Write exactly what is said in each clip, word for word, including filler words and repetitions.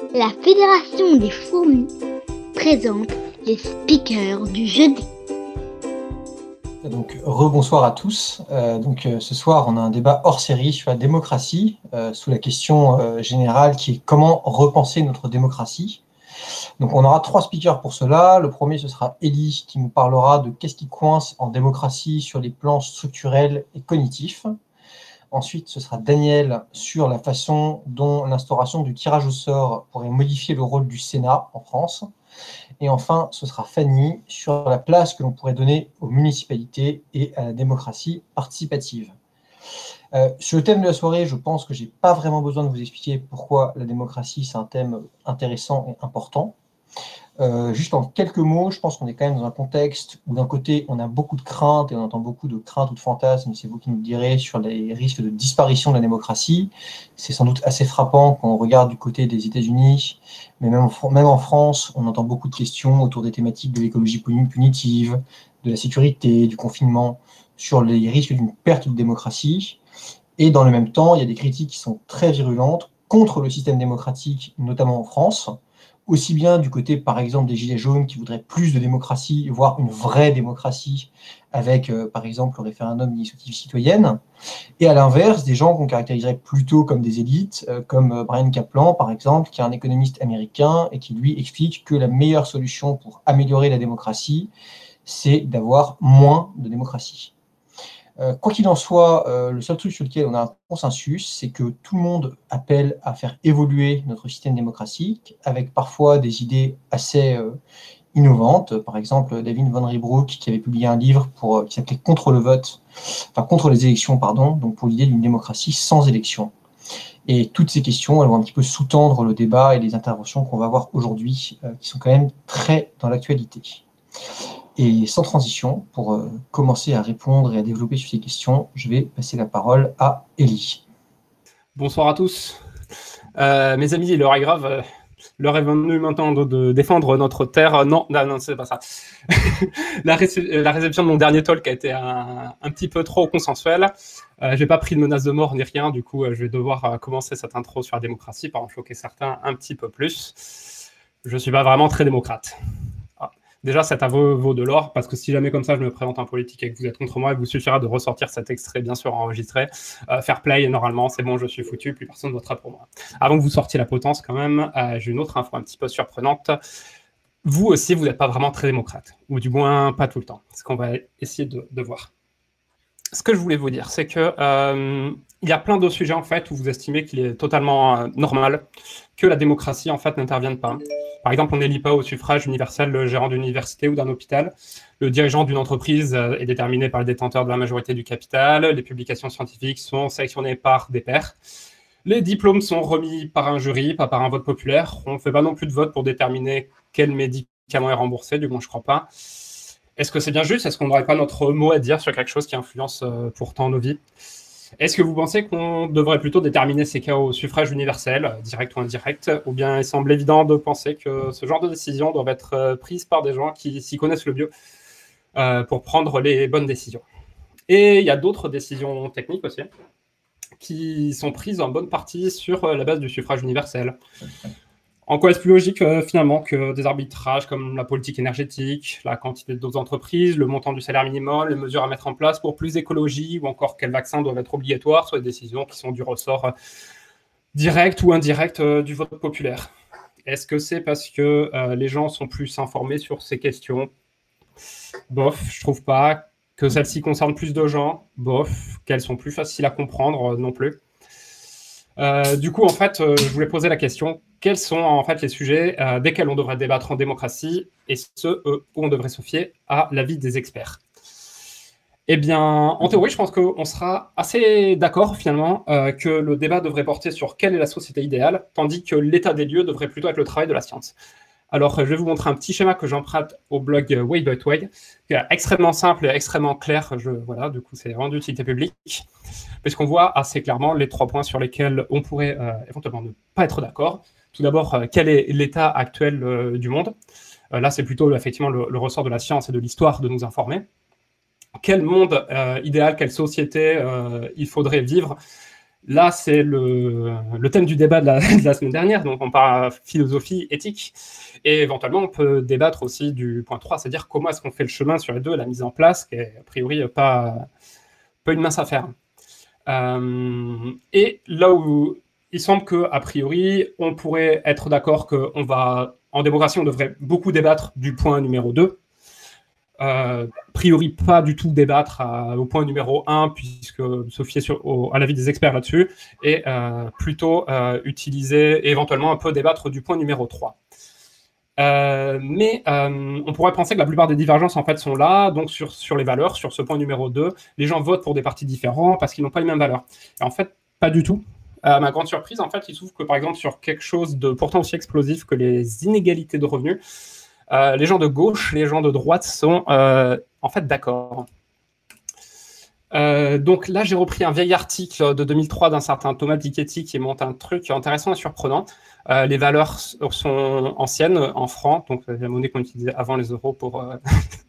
La Fédération des fourmis présente les speakers du jeudi. Donc, rebonsoir à tous. Euh, donc, euh, ce soir, on a un débat hors série sur la démocratie, euh, sous la question euh, générale qui est comment repenser notre démocratie. Donc, on aura trois speakers pour cela. Le premier, ce sera Elie, qui nous parlera de qu'est-ce qui coince en démocratie sur les plans structurels et cognitifs. Ensuite, ce sera Daniel sur la façon dont l'instauration du tirage au sort pourrait modifier le rôle du Sénat en France. Et enfin, ce sera Fanny sur la place que l'on pourrait donner aux municipalités et à la démocratie participative. Euh, sur le thème de la soirée, je pense que je n'ai pas vraiment besoin de vous expliquer pourquoi la démocratie, c'est un thème intéressant et important. Euh, juste en quelques mots, je pense qu'on est quand même dans un contexte où d'un côté, on a beaucoup de craintes et on entend beaucoup de craintes ou de fantasmes, c'est vous qui nous le direz, sur les risques de disparition de la démocratie. C'est sans doute assez frappant quand on regarde du côté des États-Unis, mais même en, même en France, on entend beaucoup de questions autour des thématiques de l'écologie punitive, de la sécurité, du confinement, sur les risques d'une perte de démocratie. Et dans le même temps, il y a des critiques qui sont très virulentes contre le système démocratique, notamment en France, aussi bien du côté, par exemple, des Gilets jaunes qui voudraient plus de démocratie, voire une vraie démocratie, avec, euh, par exemple, le référendum d'initiative citoyenne, et à l'inverse, des gens qu'on caractériserait plutôt comme des élites, euh, comme euh, Bryan Caplan, par exemple, qui est un économiste américain, et qui, lui, explique que la meilleure solution pour améliorer la démocratie, c'est d'avoir moins de démocratie. Euh, quoi qu'il en soit, euh, le seul truc sur lequel on a un consensus, c'est que tout le monde appelle à faire évoluer notre système démocratique, avec parfois des idées assez euh, innovantes. Par exemple, David Van Riebroock, qui avait publié un livre pour, euh, qui s'appelait « Contre le vote », enfin contre les élections, pardon, donc pour l'idée d'une démocratie sans élection. Et toutes ces questions, elles vont un petit peu sous-tendre le débat et les interventions qu'on va avoir aujourd'hui, euh, qui sont quand même très dans l'actualité. Et sans transition, pour euh, commencer à répondre et à développer sur ces questions, je vais passer la parole à Elie. Bonsoir à tous. Euh, mes amis, l'heure est grave. Euh, l'heure est venue maintenant de, de défendre notre terre. Non, non, non, c'est pas ça. la, réce- la réception de mon dernier talk a été un, un petit peu trop consensuelle. Euh, j'ai pas pris de menace de mort ni rien. Du coup, euh, je vais devoir euh, commencer cette intro sur la démocratie par en choquer certains un petit peu plus. Je suis pas vraiment très démocrate. Déjà, cet aveu vaut de l'or, parce que si jamais comme ça je me présente un politique et que vous êtes contre moi, il vous suffira de ressortir cet extrait, bien sûr enregistré, euh, fair play, normalement, c'est bon, je suis foutu, plus personne ne votera pour moi. Avant que vous sortiez la potence, quand même, euh, j'ai une autre info un petit peu surprenante. Vous aussi, vous n'êtes pas vraiment très démocrate, ou du moins pas tout le temps, ce qu'on va essayer de, de voir. Ce que je voulais vous dire, c'est que euh, il y a plein de sujets en fait où vous estimez qu'il est totalement euh, normal que la démocratie en fait n'intervienne pas. Par exemple, on n'élit pas au suffrage universel le gérant d'une université ou d'un hôpital. Le dirigeant d'une entreprise euh, est déterminé par le détenteur de la majorité du capital. Les publications scientifiques sont sélectionnées par des pairs. Les diplômes sont remis par un jury, pas par un vote populaire. On ne fait pas non plus de vote pour déterminer quel médicament est remboursé, du moins je ne crois pas. Est-ce que c'est bien juste? Est-ce qu'on n'aurait pas notre mot à dire sur quelque chose qui influence euh, pourtant nos vies? Est-ce que vous pensez qu'on devrait plutôt déterminer ces cas au suffrage universel, direct ou indirect, ou bien il semble évident de penser que ce genre de décisions doivent être euh, prises par des gens qui s'y connaissent le mieux euh, pour prendre les bonnes décisions? Et il y a d'autres décisions techniques aussi qui sont prises en bonne partie sur euh, la base du suffrage universel. En quoi est-ce plus logique euh, finalement que des arbitrages comme la politique énergétique, la quantité de doses d'entreprise, le montant du salaire minimum, les mesures à mettre en place pour plus d'écologie ou encore quels vaccins doivent être obligatoires, soit des décisions qui sont du ressort euh, direct ou indirect euh, du vote populaire? Est-ce que c'est parce que euh, les gens sont plus informés sur ces questions? Bof, je trouve pas. Que celles-ci concernent plus de gens? Bof. Qu'elles sont plus faciles à comprendre? euh, Non plus. Euh, du coup, en fait, euh, je voulais poser la question, quels sont en fait les sujets euh, desquels on devrait débattre en démocratie et ceux euh, où on devrait se fier à l'avis des experts? Eh bien, en théorie, je pense qu'on sera assez d'accord finalement euh, que le débat devrait porter sur quelle est la société idéale, tandis que l'état des lieux devrait plutôt être le travail de la science. Alors, je vais vous montrer un petit schéma que j'emprunte au blog Way But Way, qui est extrêmement simple et extrêmement clair. Je, voilà, du coup, c'est vraiment d'utilité publique, puisqu'on voit assez clairement les trois points sur lesquels on pourrait euh, éventuellement ne pas être d'accord. Tout d'abord, euh, quel est l'état actuel euh, du monde? euh, Là, c'est plutôt effectivement le, le ressort de la science et de l'histoire de nous informer. Quel monde euh, idéal, quelle société euh, il faudrait vivre Là, c'est le, le thème du débat de la, de la semaine dernière, donc on parle philosophie, éthique, et éventuellement on peut débattre aussi du point trois, c'est-à-dire comment est-ce qu'on fait le chemin sur les deux, la mise en place, qui est a priori pas, pas une mince affaire. Euh, et là où il semble qu'a priori, on pourrait être d'accord qu'on va, en démocratie, on devrait beaucoup débattre du point numéro deux, Euh, a priori, pas du tout débattre à, au point numéro un, puisque se fier sur, au, à l'avis des experts là-dessus, et euh, plutôt euh, utiliser, et éventuellement un peu débattre du point numéro trois. Euh, mais euh, on pourrait penser que la plupart des divergences en fait sont là, donc sur, sur les valeurs, sur ce point numéro deux, les gens votent pour des partis différents parce qu'ils n'ont pas les mêmes valeurs. Et en fait, pas du tout. À ma grande surprise, en fait, il se trouve que par exemple sur quelque chose de pourtant aussi explosif que les inégalités de revenus, Euh, les gens de gauche, les gens de droite sont euh, en fait d'accord. Euh, donc là, j'ai repris un vieil article de deux mille trois d'un certain Thomas Piketty qui monte un truc intéressant et surprenant. Euh, les valeurs sont anciennes en francs, donc la monnaie qu'on utilisait avant les euros pour... Euh...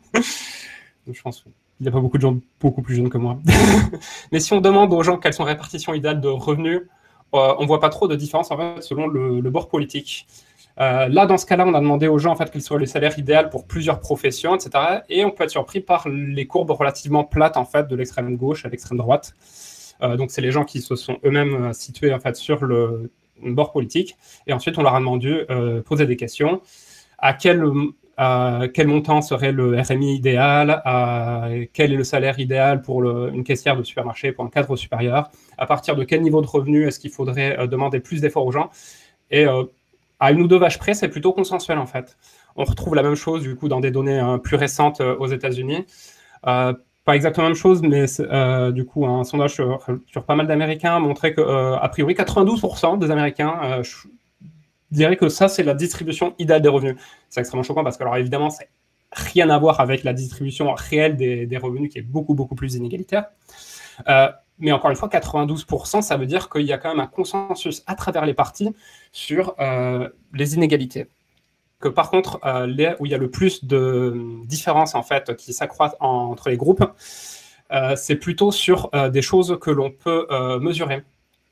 je pense qu'il n'y a pas beaucoup de gens beaucoup plus jeunes que moi. Mais si on demande aux gens quelles sont les répartitions idéales de revenus, euh, on ne voit pas trop de différence en fait, selon le, le bord politique. Euh, là, dans ce cas-là, on a demandé aux gens en fait, quel serait le salaire idéal pour plusieurs professions, et cetera. Et on peut être surpris par les courbes relativement plates en fait, de l'extrême gauche à l'extrême droite. Euh, donc, c'est les gens qui se sont eux-mêmes situés en fait, sur le bord politique. Et ensuite, on leur a demandé euh, poser des questions. À quel, à quel montant serait le R M I idéal? À quel est le salaire idéal pour le, une caissière de supermarché, pour un cadre supérieur? À partir de quel niveau de revenu est-ce qu'il faudrait euh, demander plus d'efforts aux gens? Et euh, à une ou deux vaches près, c'est plutôt consensuel en fait. On retrouve la même chose du coup dans des données euh, plus récentes euh, aux États-Unis. Euh, pas exactement la même chose, mais euh, du coup un sondage sur, sur pas mal d'Américains montrait que euh, a priori quatre-vingt-douze pour cent des Américains euh, diraient que ça c'est la distribution idéale des revenus. C'est extrêmement choquant parce que alors évidemment c'est rien à voir avec la distribution réelle des, des revenus qui est beaucoup beaucoup plus inégalitaire. Euh, Mais encore une fois, quatre-vingt-douze pour cent, ça veut dire qu'il y a quand même un consensus à travers les partis sur euh, les inégalités. Que par contre, euh, les, où il y a le plus de différences en fait, qui s'accroissent entre les groupes, euh, c'est plutôt sur euh, des choses que l'on peut euh, mesurer.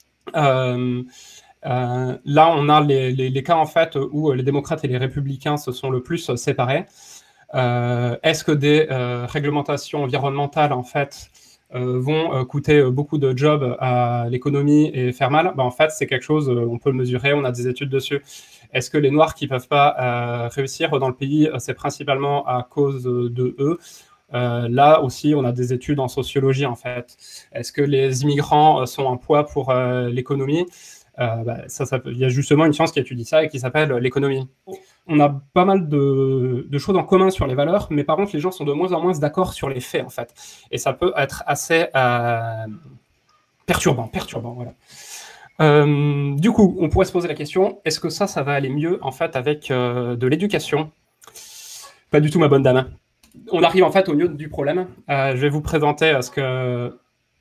Euh, euh, là, on a les, les, les cas en fait, où les démocrates et les républicains se sont le plus séparés. Euh, est-ce que des euh, réglementations environnementales en fait, Euh, vont euh, coûter euh, beaucoup de jobs à l'économie et faire mal, bah, en fait, c'est quelque chose, euh, on peut le mesurer, on a des études dessus. Est-ce que les Noirs qui ne peuvent pas euh, réussir dans le pays, c'est principalement à cause de eux? Euh, là aussi, on a des études en sociologie, en fait. Est-ce que les immigrants sont un poids pour euh, l'économie? Euh, bah, ça, ça, il y a justement une science qui étudie ça et qui s'appelle l'économie. On a pas mal de, de choses en commun sur les valeurs, mais par contre, les gens sont de moins en moins d'accord sur les faits, en fait. Et ça peut être assez euh, perturbant, perturbant, voilà. Euh, du coup, on pourrait se poser la question, est-ce que ça, ça va aller mieux, en fait, avec euh, de l'éducation? Pas du tout, ma bonne dame. On arrive, en fait, au milieu du problème. Euh, je vais vous présenter ce que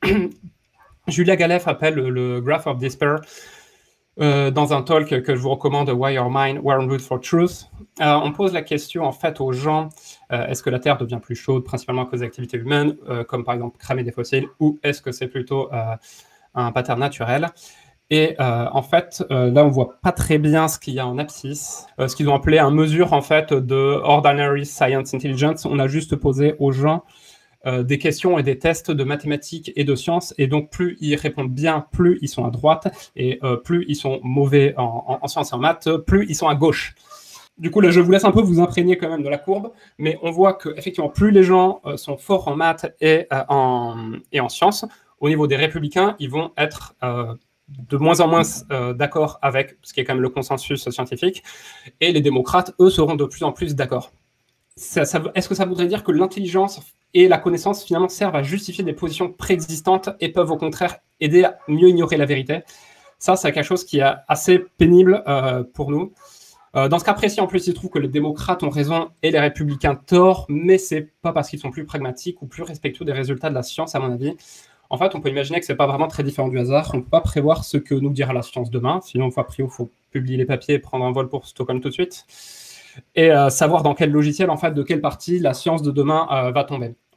Julia Galef appelle le, le Graph of Despair. Euh, dans un talk que je vous recommande, Why Our Mind Were on Route for Truth, euh, on pose la question en fait aux gens, euh, est-ce que la Terre devient plus chaude principalement à cause des activités humaines, euh, comme par exemple cramer des fossiles, ou est-ce que c'est plutôt euh, un pattern naturel? Et euh, en fait, euh, là on voit pas très bien ce qu'il y a en abscisse, euh, ce qu'ils ont appelé un mesure en fait de Ordinary Science Intelligence. On a juste posé aux gens Euh, des questions et des tests de mathématiques et de sciences, et donc plus ils répondent bien, plus ils sont à droite, et euh, plus ils sont mauvais en, en, en sciences et en maths, plus ils sont à gauche. Du coup, là, je vous laisse un peu vous imprégner quand même de la courbe, mais on voit que effectivement, plus les gens euh, sont forts en maths et, euh, en, et en sciences, au niveau des républicains, ils vont être euh, de moins en moins euh, d'accord avec ce qui est quand même le consensus scientifique, et les démocrates, eux, seront de plus en plus d'accord. Ça, ça, est-ce que ça voudrait dire que l'intelligence et la connaissance finalement servent à justifier des positions préexistantes et peuvent au contraire aider à mieux ignorer la vérité? Ça, c'est quelque chose qui est assez pénible euh, pour nous. Euh, dans ce cas précis, en plus, il se trouve que les démocrates ont raison et les républicains tort, mais c'est pas parce qu'ils sont plus pragmatiques ou plus respectueux des résultats de la science, à mon avis. En fait, on peut imaginer que c'est pas vraiment très différent du hasard. On ne peut pas prévoir ce que nous dira la science demain, sinon, a priori, il faut publier les papiers et prendre un vol pour Stockholm tout de suite. Et euh, savoir dans quel logiciel, en fait, de quelle partie la science de demain euh, va tomber. On,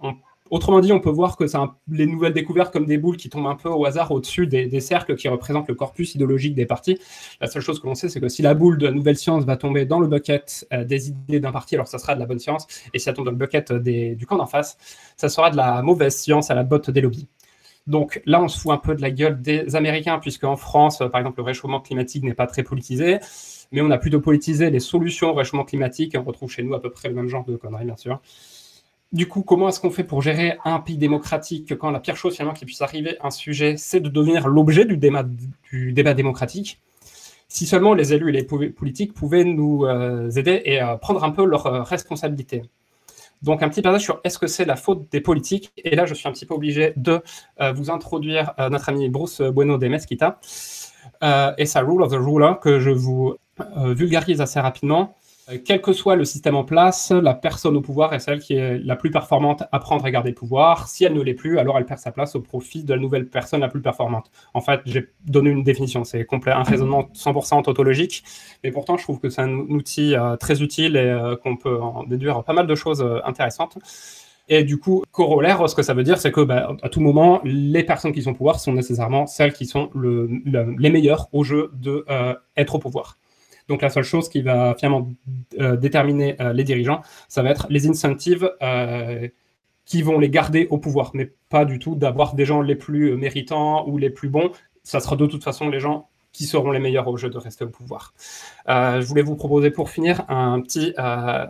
Autrement dit, on peut voir que c'est un, les nouvelles découvertes comme des boules qui tombent un peu au hasard au-dessus des, des cercles qui représentent le corpus idéologique des partis. La seule chose que l'on sait, c'est que si la boule de la nouvelle science va tomber dans le bucket euh, des idées d'un parti, alors ça sera de la bonne science, et si elle tombe dans le bucket des, du camp d'en face, ça sera de la mauvaise science à la botte des lobbies. Donc là, on se fout un peu de la gueule des Américains, puisqu'en France, par exemple, le réchauffement climatique n'est pas très politisé, mais on a plutôt politisé les solutions au réchauffement climatique, et on retrouve chez nous à peu près le même genre de conneries, bien sûr. Du coup, comment est-ce qu'on fait pour gérer un pays démocratique quand la pire chose finalement qui puisse arriver à un sujet, c'est de devenir l'objet du débat, du débat démocratique? Si seulement les élus et les politiques pouvaient nous euh, aider et euh, prendre un peu leurs euh, responsabilités. Donc, un petit passage sur est-ce que c'est la faute des politiques? Et là, je suis un petit peu obligé de euh, vous introduire euh, notre ami Bruce Bueno de Mesquita euh, et sa Rule of the Ruler, que je vous euh, vulgarise assez rapidement. Euh, quel que soit le système en place, la personne au pouvoir est celle qui est la plus performante à prendre et garder le pouvoir. Si elle ne l'est plus, alors elle perd sa place au profit de la nouvelle personne la plus performante. En fait, j'ai donné une définition, c'est complet, un raisonnement cent pour cent tautologique, mais pourtant, je trouve que c'est un outil euh, très utile et euh, qu'on peut en déduire pas mal de choses euh, intéressantes. Et du coup, corollaire, ce que ça veut dire, c'est que bah, à tout moment, les personnes qui sont au pouvoir sont nécessairement celles qui sont le, le, les meilleures au jeu de euh, être au pouvoir. Donc la seule chose qui va finalement euh, déterminer euh, les dirigeants, ça va être les incentives euh, qui vont les garder au pouvoir, mais pas du tout d'avoir des gens les plus méritants ou les plus bons. Ça sera de toute façon les gens qui seront les meilleurs au jeu de rester au pouvoir. Euh, je voulais vous proposer pour finir un petit, euh,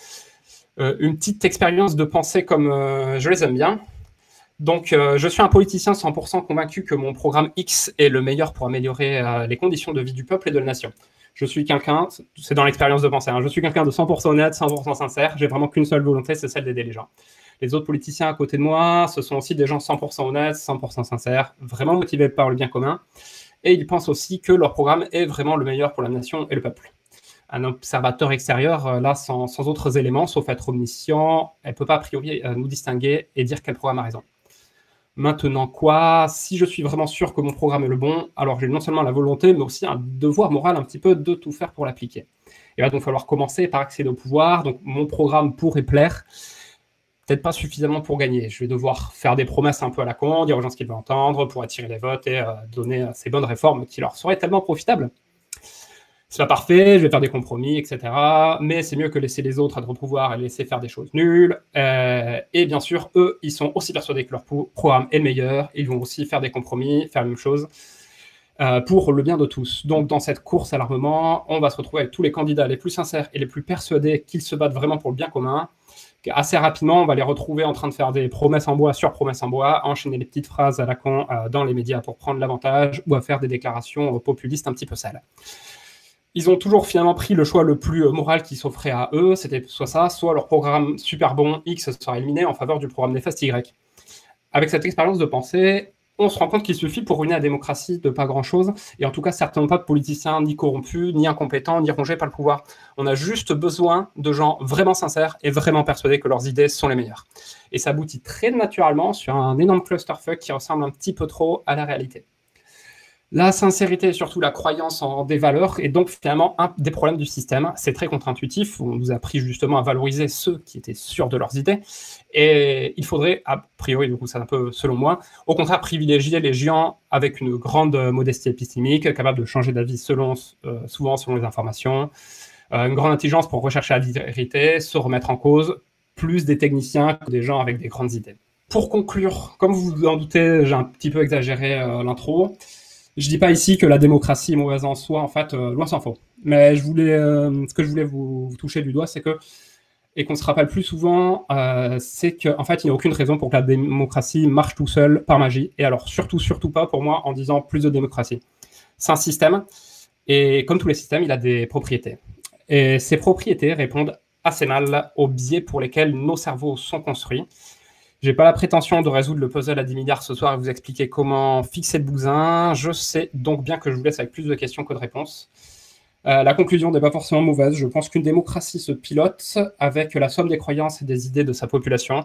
euh, une petite expérience de pensée comme euh, je les aime bien. Donc, euh, je suis un politicien cent pour cent convaincu que mon programme X est le meilleur pour améliorer euh, les conditions de vie du peuple et de la nation. Je suis quelqu'un, c'est dans l'expérience de pensée, hein, je suis quelqu'un de cent pour cent honnête, cent pour cent sincère, j'ai vraiment qu'une seule volonté, c'est celle d'aider les gens. Les autres politiciens à côté de moi, ce sont aussi des gens cent pour cent honnêtes, cent pour cent sincères, vraiment motivés par le bien commun, et ils pensent aussi que leur programme est vraiment le meilleur pour la nation et le peuple. Un observateur extérieur, là, sans, sans autres éléments, sauf être omniscient, elle ne peut pas a priori nous distinguer et dire quel programme a raison. Maintenant quoi? Si je suis vraiment sûr que mon programme est le bon, alors j'ai non seulement la volonté, mais aussi un devoir moral un petit peu de tout faire pour l'appliquer. Il va donc falloir commencer par accéder au pouvoir. Donc mon programme pourrait plaire, peut-être pas suffisamment pour gagner. Je vais devoir faire des promesses un peu à la con, dire aux gens ce qu'ils veulent entendre pour attirer les votes et euh, donner euh, ces bonnes réformes qui leur seraient tellement profitables. C'est pas parfait, je vais faire des compromis, et cetera. Mais c'est mieux que laisser les autres être au pouvoir et laisser faire des choses nulles. Euh, et bien sûr, eux, ils sont aussi persuadés que leur programme est le meilleur. Ils vont aussi faire des compromis, faire la même chose euh, pour le bien de tous. Donc, dans cette course à l'armement, on va se retrouver avec tous les candidats les plus sincères et les plus persuadés qu'ils se battent vraiment pour le bien commun. Assez rapidement, on va les retrouver en train de faire des promesses en bois sur promesses en bois, enchaîner les petites phrases à la con euh, dans les médias pour prendre l'avantage ou à faire des déclarations euh, populistes un petit peu sales. Ils ont toujours finalement pris le choix le plus moral qui s'offrait à eux, c'était soit ça, soit leur programme super bon X sera éliminé en faveur du programme néfaste Y. Avec cette expérience de pensée, on se rend compte qu'il suffit pour ruiner la démocratie de pas grand-chose, et en tout cas certainement pas de politiciens ni corrompus, ni incompétents, ni rongés par le pouvoir. On a juste besoin de gens vraiment sincères et vraiment persuadés que leurs idées sont les meilleures. Et ça aboutit très naturellement sur un énorme clusterfuck qui ressemble un petit peu trop à la réalité. La sincérité et surtout la croyance en des valeurs est donc finalement un des problèmes du système. C'est très contre-intuitif. On nous a appris justement à valoriser ceux qui étaient sûrs de leurs idées. Et il faudrait, a priori, du coup, c'est un peu selon moi, au contraire privilégier les gens avec une grande modestie épistémique, capables de changer d'avis selon, euh, souvent selon les informations, euh, une grande intelligence pour rechercher la vérité, se remettre en cause, plus des techniciens que des gens avec des grandes idées. Pour conclure, comme vous vous en doutez, j'ai un petit peu exagéré euh, l'intro. Je dis pas ici que la démocratie est mauvaise en soi, en fait, euh, loin s'en faut. Mais je voulais, euh, ce que je voulais vous, vous toucher du doigt, c'est que, et qu'on se rappelle plus souvent, euh, c'est qu'en fait, il n'y a aucune raison pour que la démocratie marche tout seul par magie. Et alors, surtout, surtout pas pour moi en disant plus de démocratie. C'est un système, et comme tous les systèmes, il a des propriétés. Et ces propriétés répondent assez mal aux biais pour lesquels nos cerveaux sont construits. J'ai pas la prétention de résoudre le puzzle à dix milliards ce soir et vous expliquer comment fixer le bousin. Je sais donc bien que je vous laisse avec plus de questions que de réponses. Euh, la conclusion n'est pas forcément mauvaise. Je pense qu'une démocratie se pilote avec la somme des croyances et des idées de sa population.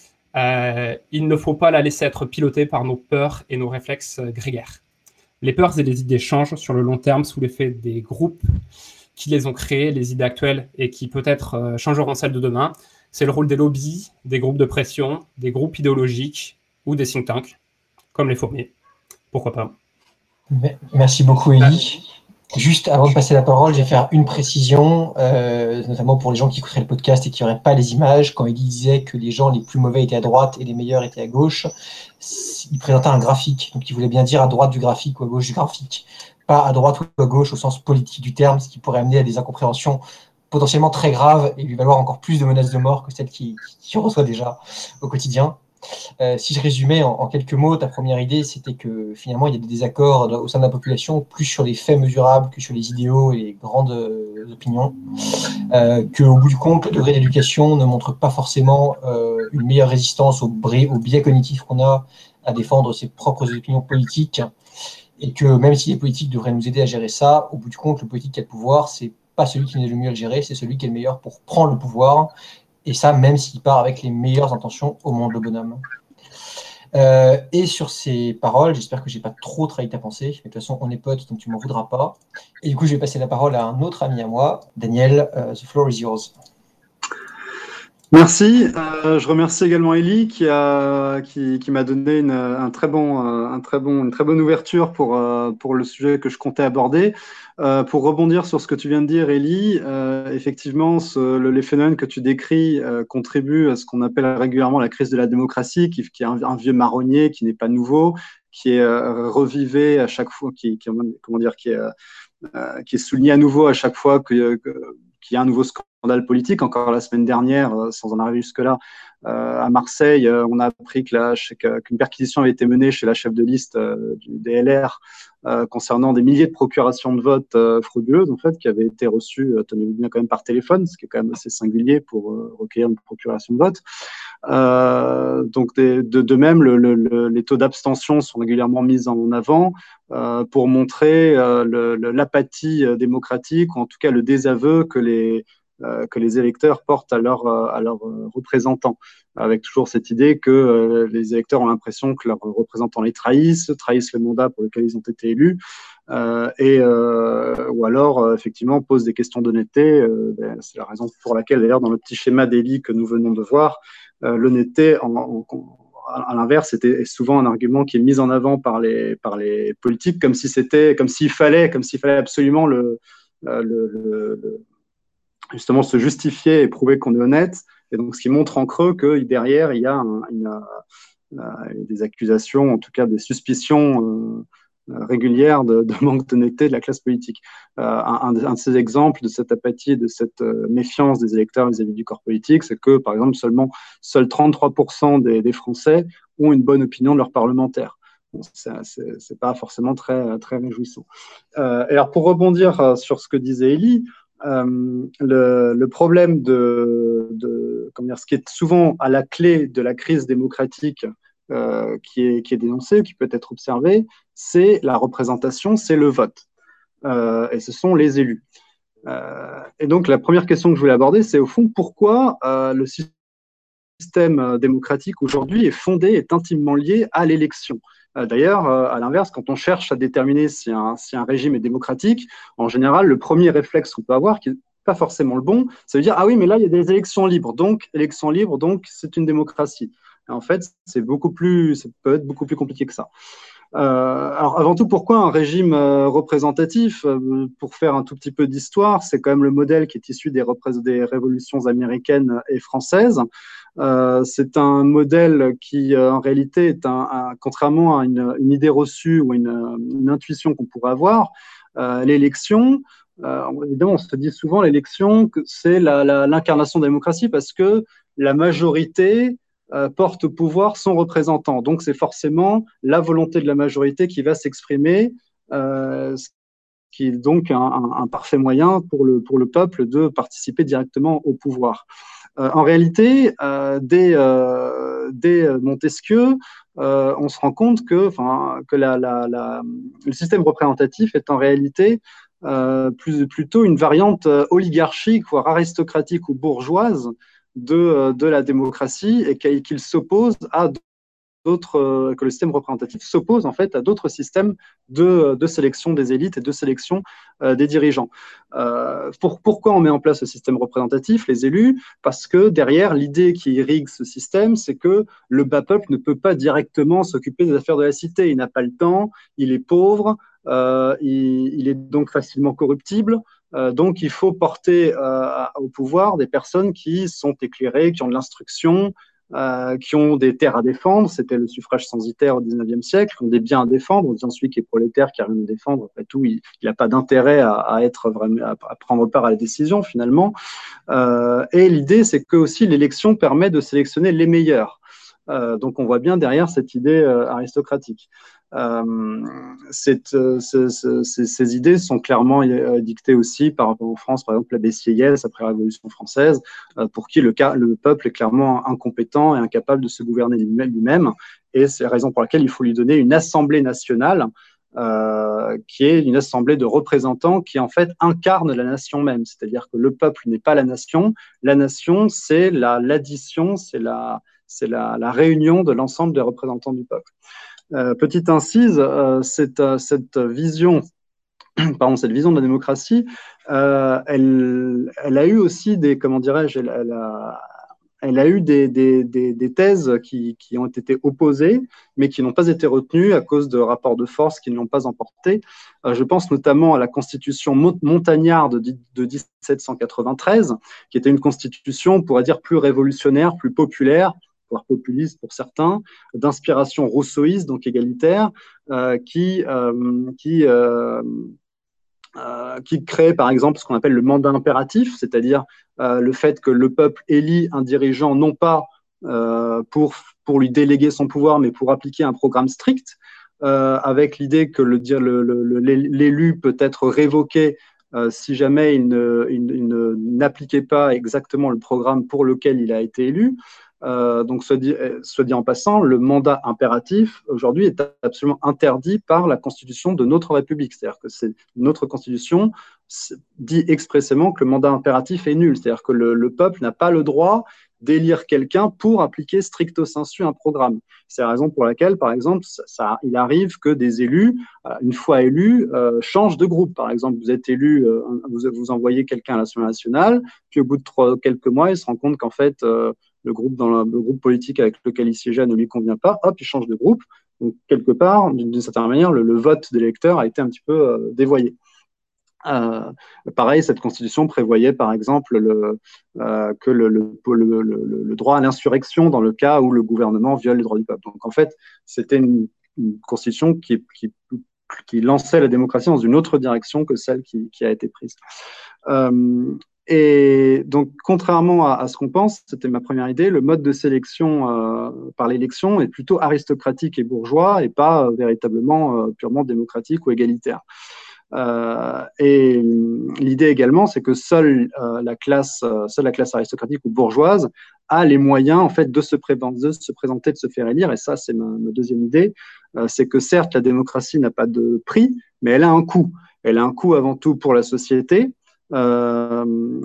Euh, il ne faut pas la laisser être pilotée par nos peurs et nos réflexes grégaires. Les peurs et les idées changent sur le long terme sous l'effet des groupes qui les ont créées, les idées actuelles, et qui peut-être euh, changeront celles de demain. c'est le rôle des lobbies, des groupes de pression, des groupes idéologiques ou des think tanks, comme les fourmis. Pourquoi pas? Merci beaucoup, Élie. Juste avant de passer la parole, je vais faire une précision, euh, notamment pour les gens qui écouteraient le podcast et qui n'auraient pas les images. Quand Élie disait que les gens les plus mauvais étaient à droite et les meilleurs étaient à gauche, il présentait un graphique. Donc, il voulait bien dire à droite du graphique ou à gauche du graphique. Pas à droite ou à gauche au sens politique du terme, ce qui pourrait amener à des incompréhensions potentiellement très graves et lui valoir encore plus de menaces de mort que celles qu'il qui reçoit déjà au quotidien. Euh, si je résumais en, en quelques mots, ta première idée, c'était que finalement, il y a des désaccords au sein de la population, plus sur les faits mesurables que sur les idéaux et les grandes euh, opinions. Euh, Qu'au bout du compte, le degré d'éducation ne montre pas forcément euh, une meilleure résistance au, au biais cognitif qu'on a à défendre ses propres opinions politiques. Et que même si les politiques devraient nous aider à gérer ça, au bout du compte, le politique qui a le pouvoir, c'est pas celui qui est le mieux à le gérer, c'est celui qui est le meilleur pour prendre le pouvoir. Et ça, même s'il part avec les meilleures intentions au monde, le bonhomme. Euh, et sur ces paroles, j'espère que je n'ai pas trop trahi ta pensée. Mais de toute façon, on est potes, donc tu ne m'en voudras pas. Et du coup, je vais passer la parole à un autre ami à moi, Daniel. Uh, the floor is yours. Merci. Euh, je remercie également Élie qui a qui, qui m'a donné une, un très bon un très bon une très bonne ouverture pour euh, pour le sujet que je comptais aborder. Euh, pour rebondir sur ce que tu viens de dire, Élie, euh, effectivement, ce, le, les phénomènes que tu décris euh, contribuent à ce qu'on appelle régulièrement la crise de la démocratie, qui, qui est un, un vieux marronnier, qui n'est pas nouveau, qui est euh, revivé à chaque fois, qui, qui comment dire, qui est euh, qui est souligné à nouveau à chaque fois que, que qu'il y a un nouveau scandale politique. Encore la semaine dernière, sans en arriver jusque-là, euh, à Marseille, euh, on a appris que la, qu'une perquisition avait été menée chez la chef de liste euh, du D L R euh, concernant des milliers de procurations de vote euh, frauduleuses, en fait, qui avaient été reçues, euh, tenez-vous bien, quand même par téléphone, ce qui est quand même assez singulier pour euh, recueillir une procuration de vote. Euh, donc, de, de, de même, le, le, les taux d'abstention sont régulièrement mis en avant euh, pour montrer euh, le, le, l'apathie démocratique, ou en tout cas le désaveu que les Euh, que les électeurs portent à leurs à leurs représentants, avec toujours cette idée que euh, les électeurs ont l'impression que leurs représentants les trahissent, trahissent le mandat pour lequel ils ont été élus, euh, et euh, ou alors euh, effectivement posent des questions d'honnêteté. Euh, ben, c'est la raison pour laquelle d'ailleurs dans le petit schéma d'Élie que nous venons de voir, euh, l'honnêteté en, en, à l'inverse était souvent un argument qui est mis en avant par les par les politiques comme si c'était comme s'il fallait comme s'il fallait absolument le le, le, le justement se justifier et prouver qu'on est honnête, et donc ce qui montre en creux que derrière il y a un, une, une, des accusations, en tout cas des suspicions euh, régulières de, de manque d'honnêteté de la classe politique. Euh, un, un de ces exemples de cette apathie, de cette euh, méfiance des électeurs vis-à-vis du corps politique, c'est que par exemple seulement seuls trente-trois pour cent des, des Français ont une bonne opinion de leurs parlementaires. Bon, c'est, c'est, c'est pas forcément très, très réjouissant. Euh, et alors pour rebondir sur ce que disait Élie, Euh, le, le problème de, de comment dire, ce qui est souvent à la clé de la crise démocratique euh, qui est, qui est dénoncée, qui peut être observée, c'est la représentation, c'est le vote. Euh, et ce sont les élus. Euh, et donc, la première question que je voulais aborder, c'est au fond, pourquoi euh, le système démocratique aujourd'hui est fondé, est intimement lié à l'élection. D'ailleurs, à l'inverse, quand on cherche à déterminer si un, si un régime est démocratique, en général, le premier réflexe qu'on peut avoir, qui n'est pas forcément le bon, ça veut dire « Ah oui, mais là, il y a des élections libres, donc élections libres, donc c'est une démocratie ». En fait, c'est beaucoup plus, ça peut être beaucoup plus compliqué que ça. Euh, alors, avant tout, pourquoi un régime euh, représentatif? euh, Pour faire un tout petit peu d'histoire, c'est quand même le modèle qui est issu des, des révolutions américaines et françaises. Euh, c'est un modèle qui, euh, en réalité, est un, un contrairement à une, une idée reçue ou une, une intuition qu'on pourrait avoir, euh, l'élection, euh, évidemment, on se dit souvent l'élection, que c'est la, la, l'incarnation de la démocratie parce que la majorité euh, porte au pouvoir son représentant. Donc, c'est forcément la volonté de la majorité qui va s'exprimer, euh, ce qui est donc un, un, un parfait moyen pour le, pour le peuple de participer directement au pouvoir. Euh, en réalité, euh, dès, euh, dès Montesquieu, euh, on se rend compte que, enfin, que la, la, la, le système représentatif est en réalité euh, plus, plutôt une variante oligarchique, voire aristocratique ou bourgeoise de, de la démocratie, et qu'il s'oppose à d'autres, euh, que le système représentatif s'oppose en fait à d'autres systèmes de, de sélection des élites et de sélection euh, des dirigeants. Euh, pour, pourquoi on met en place ce système représentatif, les élus? Parce que derrière, l'idée qui irrigue ce système, c'est que le bas peuple ne peut pas directement s'occuper des affaires de la cité. Il n'a pas le temps, il est pauvre, euh, il, il est donc facilement corruptible. Euh, donc, il faut porter euh, au pouvoir des personnes qui sont éclairées, qui ont de l'instruction, euh, qui ont des terres à défendre. C'était le suffrage censitaire au dix-neuvième siècle, qui ont des biens à défendre. En disant celui qui est prolétaire, qui a rien à défendre, après tout, il n'a pas d'intérêt à, à être vraiment, à, à prendre part à la décision finalement. Euh, et l'idée, c'est que aussi l'élection permet de sélectionner les meilleurs. Euh, donc, on voit bien derrière cette idée euh, aristocratique. Euh, cette, euh, ce, ce, ces, ces idées sont clairement euh, dictées aussi par en France, par exemple l'abbé Sieyès après la Révolution française, euh, pour qui le, cas, le peuple est clairement incompétent et incapable de se gouverner lui-même, et c'est la raison pour laquelle il faut lui donner une assemblée nationale euh, qui est une assemblée de représentants qui en fait incarne la nation même, c'est-à-dire que le peuple n'est pas la nation, la nation c'est la, l'addition, c'est la, c'est la, la réunion de l'ensemble des représentants du peuple. Euh, petite incise, euh, cette, euh, cette vision, pardon, cette vision de la démocratie, euh, elle, elle a eu aussi des, comment dirais-je, elle, elle, a, elle a eu des, des, des, des thèses qui, qui ont été opposées, mais qui n'ont pas été retenues à cause de rapports de force qui ne l'ont pas emporté. Euh, je pense notamment à la constitution montagnarde de, de dix-sept cent quatre-vingt-treize, qui était une constitution, on pourrait dire, plus révolutionnaire, plus populaire, voire populiste pour certains, d'inspiration rousseauiste, donc égalitaire, euh, qui, euh, qui, euh, euh, qui crée par exemple ce qu'on appelle le mandat impératif, c'est-à-dire euh, le fait que le peuple élit un dirigeant non pas euh, pour, pour lui déléguer son pouvoir, mais pour appliquer un programme strict, euh, avec l'idée que le, le, le, l'élu peut être révoqué Euh, si jamais il, ne, il, il ne, n'appliquait pas exactement le programme pour lequel il a été élu. Euh, donc, soit dit, soit dit en passant, le mandat impératif, aujourd'hui, est absolument interdit par la Constitution de notre République. C'est-à-dire que c'est, notre Constitution dit expressément que le mandat impératif est nul. C'est-à-dire que le, le peuple n'a pas le droit d'élire quelqu'un pour appliquer stricto sensu un programme. C'est la raison pour laquelle, par exemple, ça, ça, il arrive que des élus, une fois élus, euh, changent de groupe. Par exemple, vous êtes élu, euh, vous, vous envoyez quelqu'un à l'Assemblée nationale, puis au bout de trois, quelques mois, il se rend compte qu'en fait, euh, le groupe, dans le, le groupe politique avec lequel il siégeait ne lui convient pas, hop, il change de groupe. Donc, quelque part, d'une certaine manière, le, le vote des électeurs a été un petit peu euh, dévoyé. Euh, pareil, cette constitution prévoyait par exemple le, euh, que le, le, le, le, le droit à l'insurrection dans le cas où le gouvernement viole les droits du peuple. Donc en fait, c'était une, une constitution qui, qui, qui lançait la démocratie dans une autre direction que celle qui, qui a été prise. Euh, et donc, contrairement à, à ce qu'on pense, c'était ma première idée, le mode de sélection euh, par l'élection est plutôt aristocratique et bourgeois et pas euh, véritablement euh, purement démocratique ou égalitaire. Euh, et l'idée également, c'est que seule, euh, la classe, euh, seule la classe aristocratique ou bourgeoise a les moyens en fait de se, pré- de se présenter, de se faire élire. Et ça, c'est ma, ma deuxième idée. Euh, c'est que certes, la démocratie n'a pas de prix, mais elle a un coût. Elle a un coût avant tout pour la société. Euh,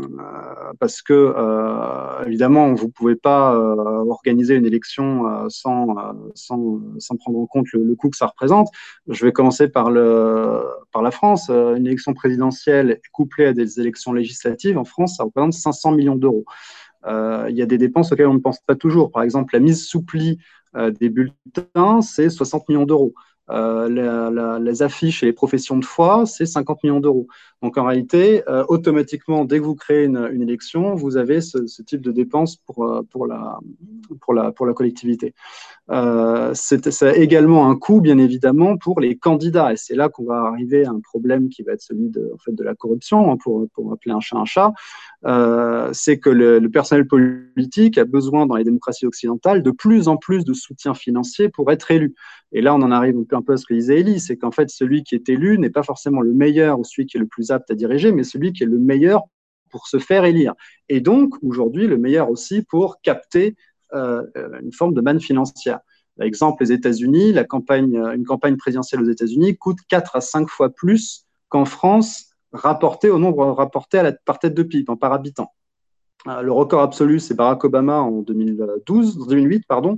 parce que euh, évidemment vous pouvez pas euh, organiser une élection euh, sans, euh, sans, sans prendre en compte le, le coût que ça représente. Je vais commencer par, le, par la France. Euh, une élection présidentielle couplée à des élections législatives en France, ça représente cinq cents millions d'euros. Euh, il y a des dépenses auxquelles on ne pense pas toujours. Par exemple, la mise sous pli euh, des bulletins, c'est soixante millions d'euros. Euh, la, la, les affiches et les professions de foi, c'est cinquante millions d'euros. Donc en réalité, euh, automatiquement, dès que vous créez une, une élection, vous avez ce, ce type de dépenses pour, pour, la, pour, la, pour la collectivité. Euh, c'est, ça a également un coût, bien évidemment, pour les candidats. Et c'est là qu'on va arriver à un problème qui va être celui de, en fait, de la corruption, hein, pour, pour appeler un chat un chat. Euh, c'est que le, le personnel politique a besoin, dans les démocraties occidentales, de plus en plus de soutien financier pour être élu. Et là, on en arrive un peu, un peu à ce que disait Élie, c'est qu'en fait, celui qui est élu n'est pas forcément le meilleur ou celui qui est le plus apte à diriger, mais celui qui est le meilleur pour se faire élire. Et donc, aujourd'hui, le meilleur aussi pour capter euh, une forme de manne financière. Par exemple, les États-Unis, la campagne, une campagne présidentielle aux États-Unis coûte quatre à cinq fois plus qu'en France, rapporté au nombre rapporté à la, par tête de pipe, par habitant. Euh, le record absolu, c'est Barack Obama en deux mille douze, deux mille huit, pardon,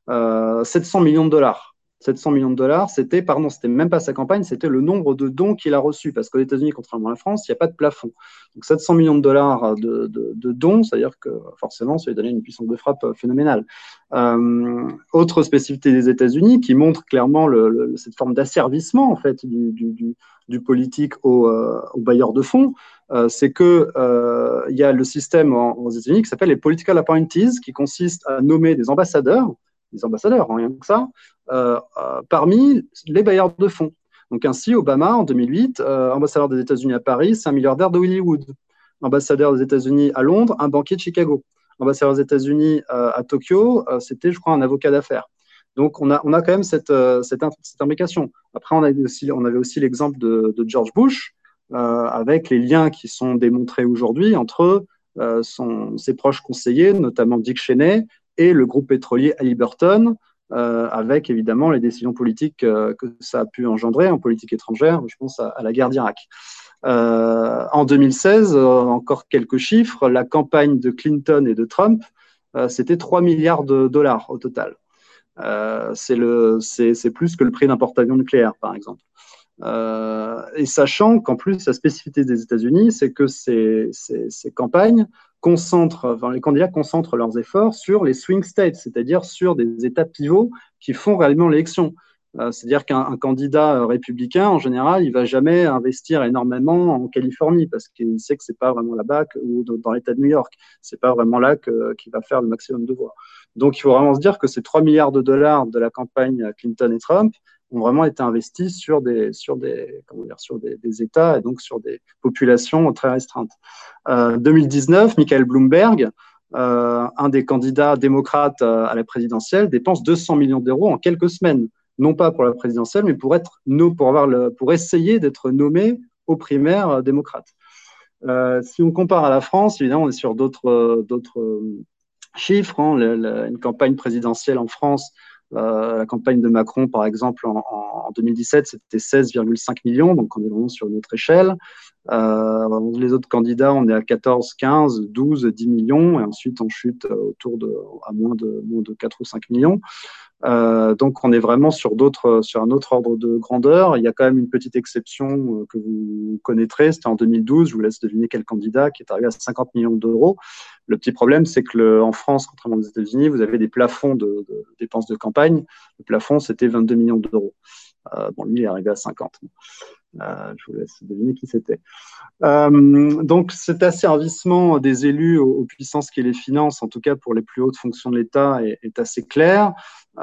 euh, sept cents millions de dollars. sept cents millions de dollars, c'était, pardon, c'était même pas sa campagne, c'était le nombre de dons qu'il a reçus. Parce qu'aux États-Unis, contrairement à la France, il n'y a pas de plafond. Donc sept cents millions de dollars de, de, de dons, c'est-à-dire que forcément, ça lui donnait une puissance de frappe phénoménale. Euh, autre spécificité des États-Unis qui montre clairement le, le, cette forme d'asservissement en fait du, du, du, du politique aux, euh, aux bailleurs de fonds, euh, c'est que euh, il y a le système en, aux États-Unis qui s'appelle les political appointees, qui consiste à nommer des ambassadeurs, des ambassadeurs, rien que ça, euh, euh, parmi les bailleurs de fonds. Donc ainsi, Obama, en deux mille huit, euh, ambassadeur des États-Unis à Paris, c'est un milliardaire de Hollywood. Ambassadeur des États-Unis à Londres, un banquier de Chicago. Ambassadeur des États-Unis euh, à Tokyo, euh, c'était, je crois, un avocat d'affaires. Donc on a, on a quand même cette, euh, cette, cette imbrication. Après, on avait aussi, on avait aussi l'exemple de, de George Bush, euh, avec les liens qui sont démontrés aujourd'hui entre euh, son, ses proches conseillers, notamment Dick Cheney, et le groupe pétrolier Halliburton, euh, avec évidemment les décisions politiques euh, que ça a pu engendrer en politique étrangère, je pense à, à la guerre d'Irak. Euh, en deux mille seize, euh, encore quelques chiffres, la campagne de Clinton et de Trump, euh, c'était trois milliards de dollars au total. Euh, c'est, le, c'est, c'est plus que le prix d'un porte-avions nucléaire, par exemple. Euh, et sachant qu'en plus, la spécificité des États-Unis, c'est que ces, ces, ces campagnes concentrent, enfin, les candidats concentrent leurs efforts sur les swing states, c'est-à-dire sur des États pivots qui font réellement l'élection. Euh, c'est-à-dire qu'un candidat républicain, en général, il ne va jamais investir énormément en Californie parce qu'il sait que ce n'est pas vraiment là-bas que, ou dans l'État de New York. Ce n'est pas vraiment là que, qu'il va faire le maximum de voix. Donc, il faut vraiment se dire que ces trois milliards de dollars de la campagne Clinton et Trump ont vraiment été investis sur des, sur des, comment dire, sur des, des États et donc sur des populations très restreintes. Euh, deux mille dix-neuf, Michael Bloomberg, euh, un des candidats démocrates à la présidentielle, dépense deux cents millions d'euros en quelques semaines. Non pas pour la présidentielle, mais pour, être, pour, avoir le, pour essayer d'être nommé aux primaires euh, démocrates. Euh, si on compare à la France, évidemment, on est sur d'autres, euh, d'autres euh, chiffres. Hein. Le, le, une campagne présidentielle en France, euh, la campagne de Macron, par exemple, en, en deux mille dix-sept, c'était seize virgule cinq millions, donc on est vraiment sur une autre échelle. Euh, les autres candidats, on est à quatorze, quinze, douze, dix millions, et ensuite on chute autour de, à moins de, moins de quatre ou cinq millions. Euh, donc on est vraiment sur d'autres, sur un autre ordre de grandeur. Il y a quand même une petite exception que vous connaîtrez, c'était en deux mille douze, je vous laisse deviner quel candidat qui est arrivé à cinquante millions d'euros. Le petit problème, c'est que le, en France, contrairement aux États-Unis, vous avez des plafonds de, de dépenses de campagne. Le plafond, c'était vingt-deux millions d'euros. Euh, bon, lui, il est arrivé à cinquante. Euh, je vous laisse deviner qui c'était. Euh, donc, cet asservissement des élus aux, aux puissances qui les financent, en tout cas pour les plus hautes fonctions de l'État, est, est assez clair.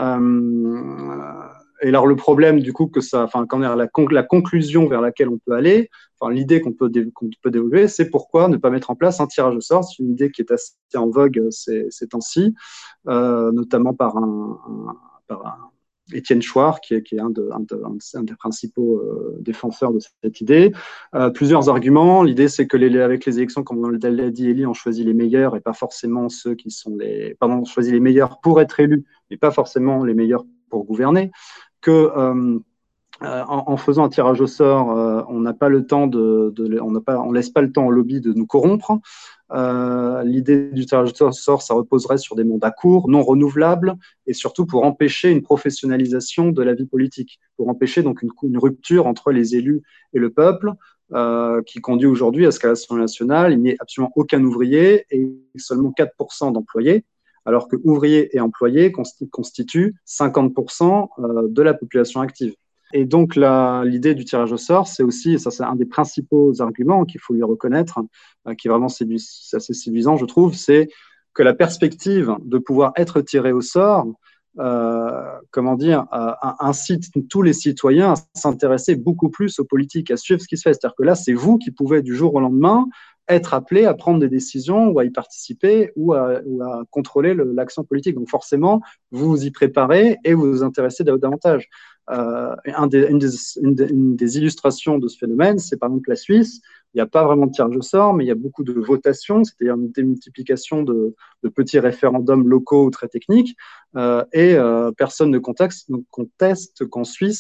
Euh, et alors, le problème, du coup, que ça, enfin, quand on est à la, la conclusion vers laquelle on peut aller, enfin, l'idée qu'on peut, dé, qu'on peut développer, c'est pourquoi ne pas mettre en place un tirage au sort. C'est une idée qui est assez en vogue ces, ces temps-ci, euh, notamment par un, un, par un Étienne Chouard, qui est, qui est un, de, un, de, un des principaux euh, défenseur de cette idée. Euh, plusieurs arguments. L'idée, c'est que les, avec les élections, comme on l'a dit, Elie, on choisit les meilleurs et pas forcément ceux qui sont les... Pardon, on choisit les meilleurs pour être élus, mais pas forcément les meilleurs pour gouverner. Que... Euh, Euh, en, en faisant un tirage au sort, euh, on n'a pas le temps de, de on n'a pas, on laisse pas le temps au lobby de nous corrompre. Euh, l'idée du tirage au sort, ça reposerait sur des mandats courts, non renouvelables, et surtout pour empêcher une professionnalisation de la vie politique, pour empêcher donc une, une rupture entre les élus et le peuple, euh, qui conduit aujourd'hui à ce qu'à l'Assemblée nationale, il n'y ait absolument aucun ouvrier et seulement quatre pour cent d'employés, alors que ouvriers et employés constituent cinquante pour cent de la population active. Et donc, la, l'idée du tirage au sort, c'est aussi, et ça c'est un des principaux arguments qu'il faut lui reconnaître, euh, qui est vraiment séduis, assez séduisant, je trouve, c'est que la perspective de pouvoir être tiré au sort, euh, comment dire, euh, incite tous les citoyens à s'intéresser beaucoup plus aux politiques, à suivre ce qui se fait. C'est-à-dire que là, c'est vous qui pouvez du jour au lendemain être appelé à prendre des décisions ou à y participer ou à, ou à contrôler le, l'action politique. Donc forcément, vous vous y préparez et vous vous intéressez davantage. Euh, un des, une, des, une, des, une des illustrations de ce phénomène, c'est par exemple la Suisse. Il n'y a pas vraiment de tirage au sort, mais il y a beaucoup de votations, c'est-à-dire une démultiplication de, de petits référendums locaux très techniques. Euh, et euh, personne ne conteste, ne conteste qu'en Suisse,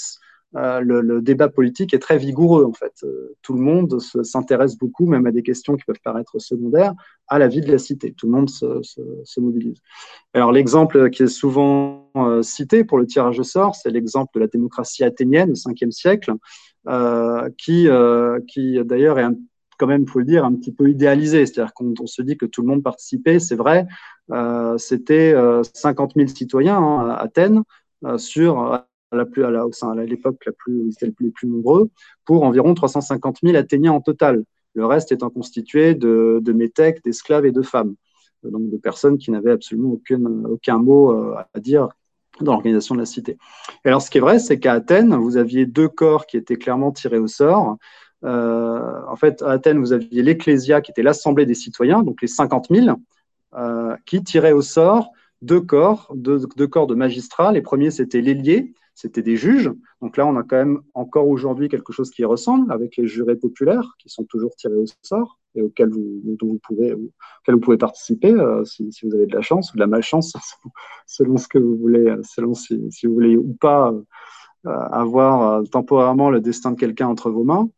euh, le, le débat politique est très vigoureux, en fait. Euh, tout le monde se, s'intéresse beaucoup, même à des questions qui peuvent paraître secondaires, à la vie de la cité. Tout le monde se, se, se mobilise. Alors, l'exemple qui est souvent euh, cité pour le tirage au sort, c'est l'exemple de la démocratie athénienne au cinquième siècle, euh, qui, euh, qui d'ailleurs est un, quand même, il faut le dire, un petit peu idéalisé. C'est-à-dire qu'on on se dit que tout le monde participait, c'est vrai. Euh, c'était euh, cinquante mille citoyens hein, à Athènes, euh, sur, à la plus, à, la, à l'époque la plus, où ils étaient les plus, les plus nombreux, pour environ trois cent cinquante mille Athéniens en total. Le reste étant constitué de, de métèques, d'esclaves et de femmes. Donc de personnes qui n'avaient absolument aucun, aucun mot euh, à dire dans l'organisation de la cité. Et alors, ce qui est vrai, c'est qu'à Athènes, vous aviez deux corps qui étaient clairement tirés au sort. Euh, en fait, à Athènes, vous aviez l'Ecclésia, qui était l'Assemblée des citoyens, donc les cinquante mille, euh, qui tiraient au sort deux corps, deux, deux corps de magistrats. Les premiers, c'était l'ailier, c'était des juges. Donc là, on a quand même encore aujourd'hui quelque chose qui ressemble avec les jurés populaires qui sont toujours tirés au sort et auxquels vous, dont vous pouvez, auxquels vous pouvez participer euh, si, si vous avez de la chance ou de la malchance, selon ce que vous voulez, selon si, si vous voulez ou pas euh, avoir euh, temporairement le destin de quelqu'un entre vos mains.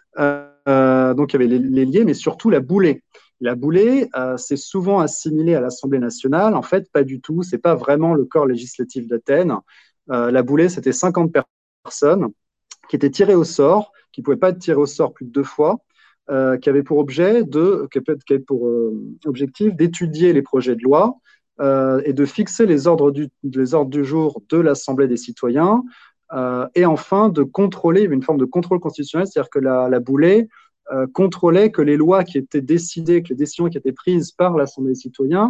Euh, donc, il y avait les, les liés, mais surtout la boulée. La boulée, euh, c'est souvent assimilé à l'Assemblée nationale. En fait, pas du tout. C'est pas vraiment le corps législatif d'Athènes. Euh, la boulée, c'était cinquante personnes qui étaient tirées au sort, qui ne pouvaient pas être tirées au sort plus de deux fois, euh, qui avaient pour objet de, qui avaient pour euh, objectif d'étudier les projets de loi euh, et de fixer les ordres du, les ordres du jour de l'Assemblée des citoyens. Euh, et enfin, de contrôler, une forme de contrôle constitutionnel, c'est-à-dire que la, la boulée euh, contrôlait que les lois qui étaient décidées, que les décisions qui étaient prises par l'Assemblée des citoyens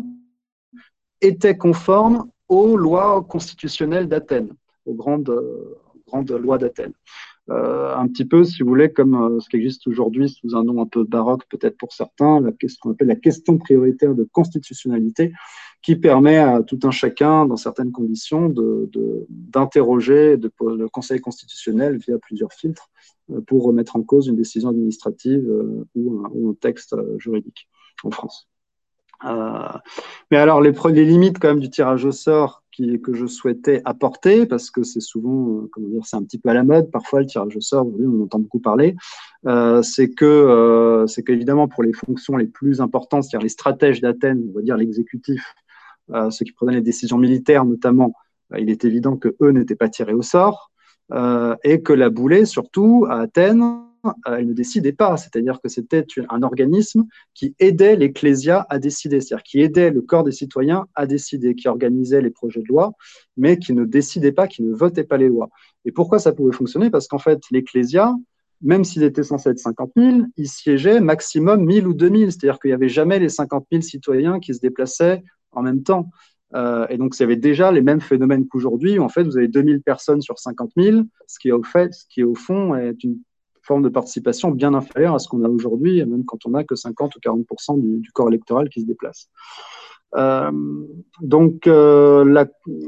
étaient conformes aux lois constitutionnelles d'Athènes, aux grandes, euh, grandes lois d'Athènes. Euh, un petit peu, si vous voulez, comme euh, ce qui existe aujourd'hui sous un nom un peu baroque peut-être pour certains, la, ce qu'on appelle la question prioritaire de constitutionnalité, qui permet à tout un chacun, dans certaines conditions, de, de, d'interroger de, le Conseil constitutionnel via plusieurs filtres euh, pour remettre en cause une décision administrative euh, ou, un, ou un texte euh, juridique en France. Euh, mais alors, les, les limites quand même du tirage au sort qui, que je souhaitais apporter, parce que c'est souvent, euh, comment dire, c'est un petit peu à la mode, parfois le tirage au sort, on en entend beaucoup parler, euh, c'est que, euh, c'est qu'évidemment pour les fonctions les plus importantes, c'est-à-dire les stratèges d'Athènes, on va dire l'exécutif, euh, ceux qui prenaient les décisions militaires notamment, euh, il est évident que eux n'étaient pas tirés au sort, euh, et que la boulée, surtout à Athènes, elle ne décidait pas, c'est-à-dire que c'était un organisme qui aidait l'Ecclésia à décider, c'est-à-dire qui aidait le corps des citoyens à décider, qui organisait les projets de loi, mais qui ne décidait pas, qui ne votait pas les lois. Et pourquoi ça pouvait fonctionner? Parce qu'en fait, l'Ecclésia, même s'il était censé être cinquante mille, il siégeait maximum mille ou deux mille, c'est-à-dire qu'il n'y avait jamais les cinquante mille citoyens qui se déplaçaient en même temps. Euh, et donc, il y avait déjà les mêmes phénomènes qu'aujourd'hui, où en fait, vous avez deux mille personnes sur cinquante mille, ce qui, au fait, ce qui, au fond, est une forme de participation bien inférieure à ce qu'on a aujourd'hui, même quand on n'a que cinquante ou quarante pour cent du, du corps électoral qui se déplace. Euh, donc, euh, la,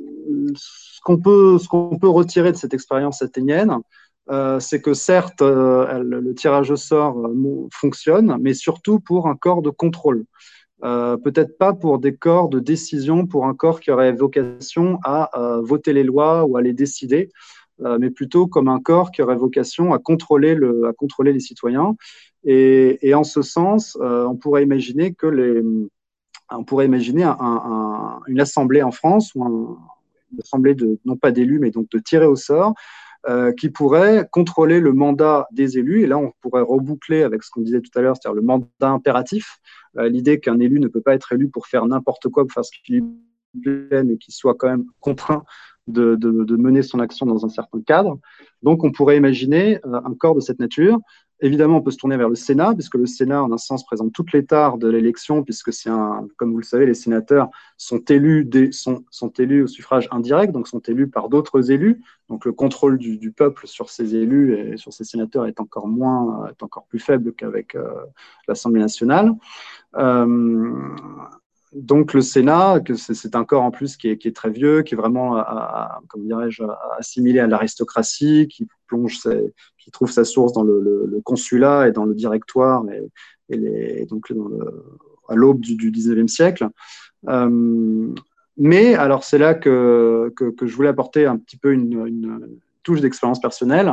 ce qu'on peut, ce qu'on peut retirer de cette expérience athénienne, euh, c'est que certes, euh, elle, le tirage au sort euh, fonctionne, mais surtout pour un corps de contrôle. Euh, peut-être pas pour des corps de décision, pour un corps qui aurait vocation à euh, voter les lois ou à les décider, euh, mais plutôt comme un corps qui aurait vocation à contrôler, le, à contrôler les citoyens. Et, et en ce sens, euh, on pourrait imaginer que les, on pourrait imaginer un, un, une assemblée en France, ou un, une assemblée de, non pas d'élus, mais donc de tirés au sort, Euh, qui pourrait contrôler le mandat des élus. Et là, on pourrait reboucler avec ce qu'on disait tout à l'heure, c'est-à-dire le mandat impératif, euh, l'idée qu'un élu ne peut pas être élu pour faire n'importe quoi, pour faire ce qu'il lui plaît, mais qu'il soit quand même contraint de, de, de mener son action dans un certain cadre. Donc, on pourrait imaginer euh, un corps de cette nature. Évidemment, on peut se tourner vers le Sénat, puisque le Sénat, en un sens, présente toutes les tares de l'élection, puisque c'est un, comme vous le savez, les sénateurs sont élus, des, sont, sont élus au suffrage indirect, donc sont élus par d'autres élus. Donc le contrôle du, du peuple sur ces élus et sur ces sénateurs est encore moins, est encore plus faible qu'avec euh, l'Assemblée nationale. Euh, donc le Sénat, que c'est, c'est un corps en plus qui est, qui est très vieux, qui est vraiment, à, à, comment dirais-je, assimilé à l'aristocratie, qui plonge, ses, qui trouve sa source dans le, le, le consulat et dans le directoire, et, et, les, et donc dans le, à l'aube du, du dix-neuvième siècle. Euh, mais alors c'est là que, que, que je voulais apporter un petit peu une, une, touche d'expérience personnelle.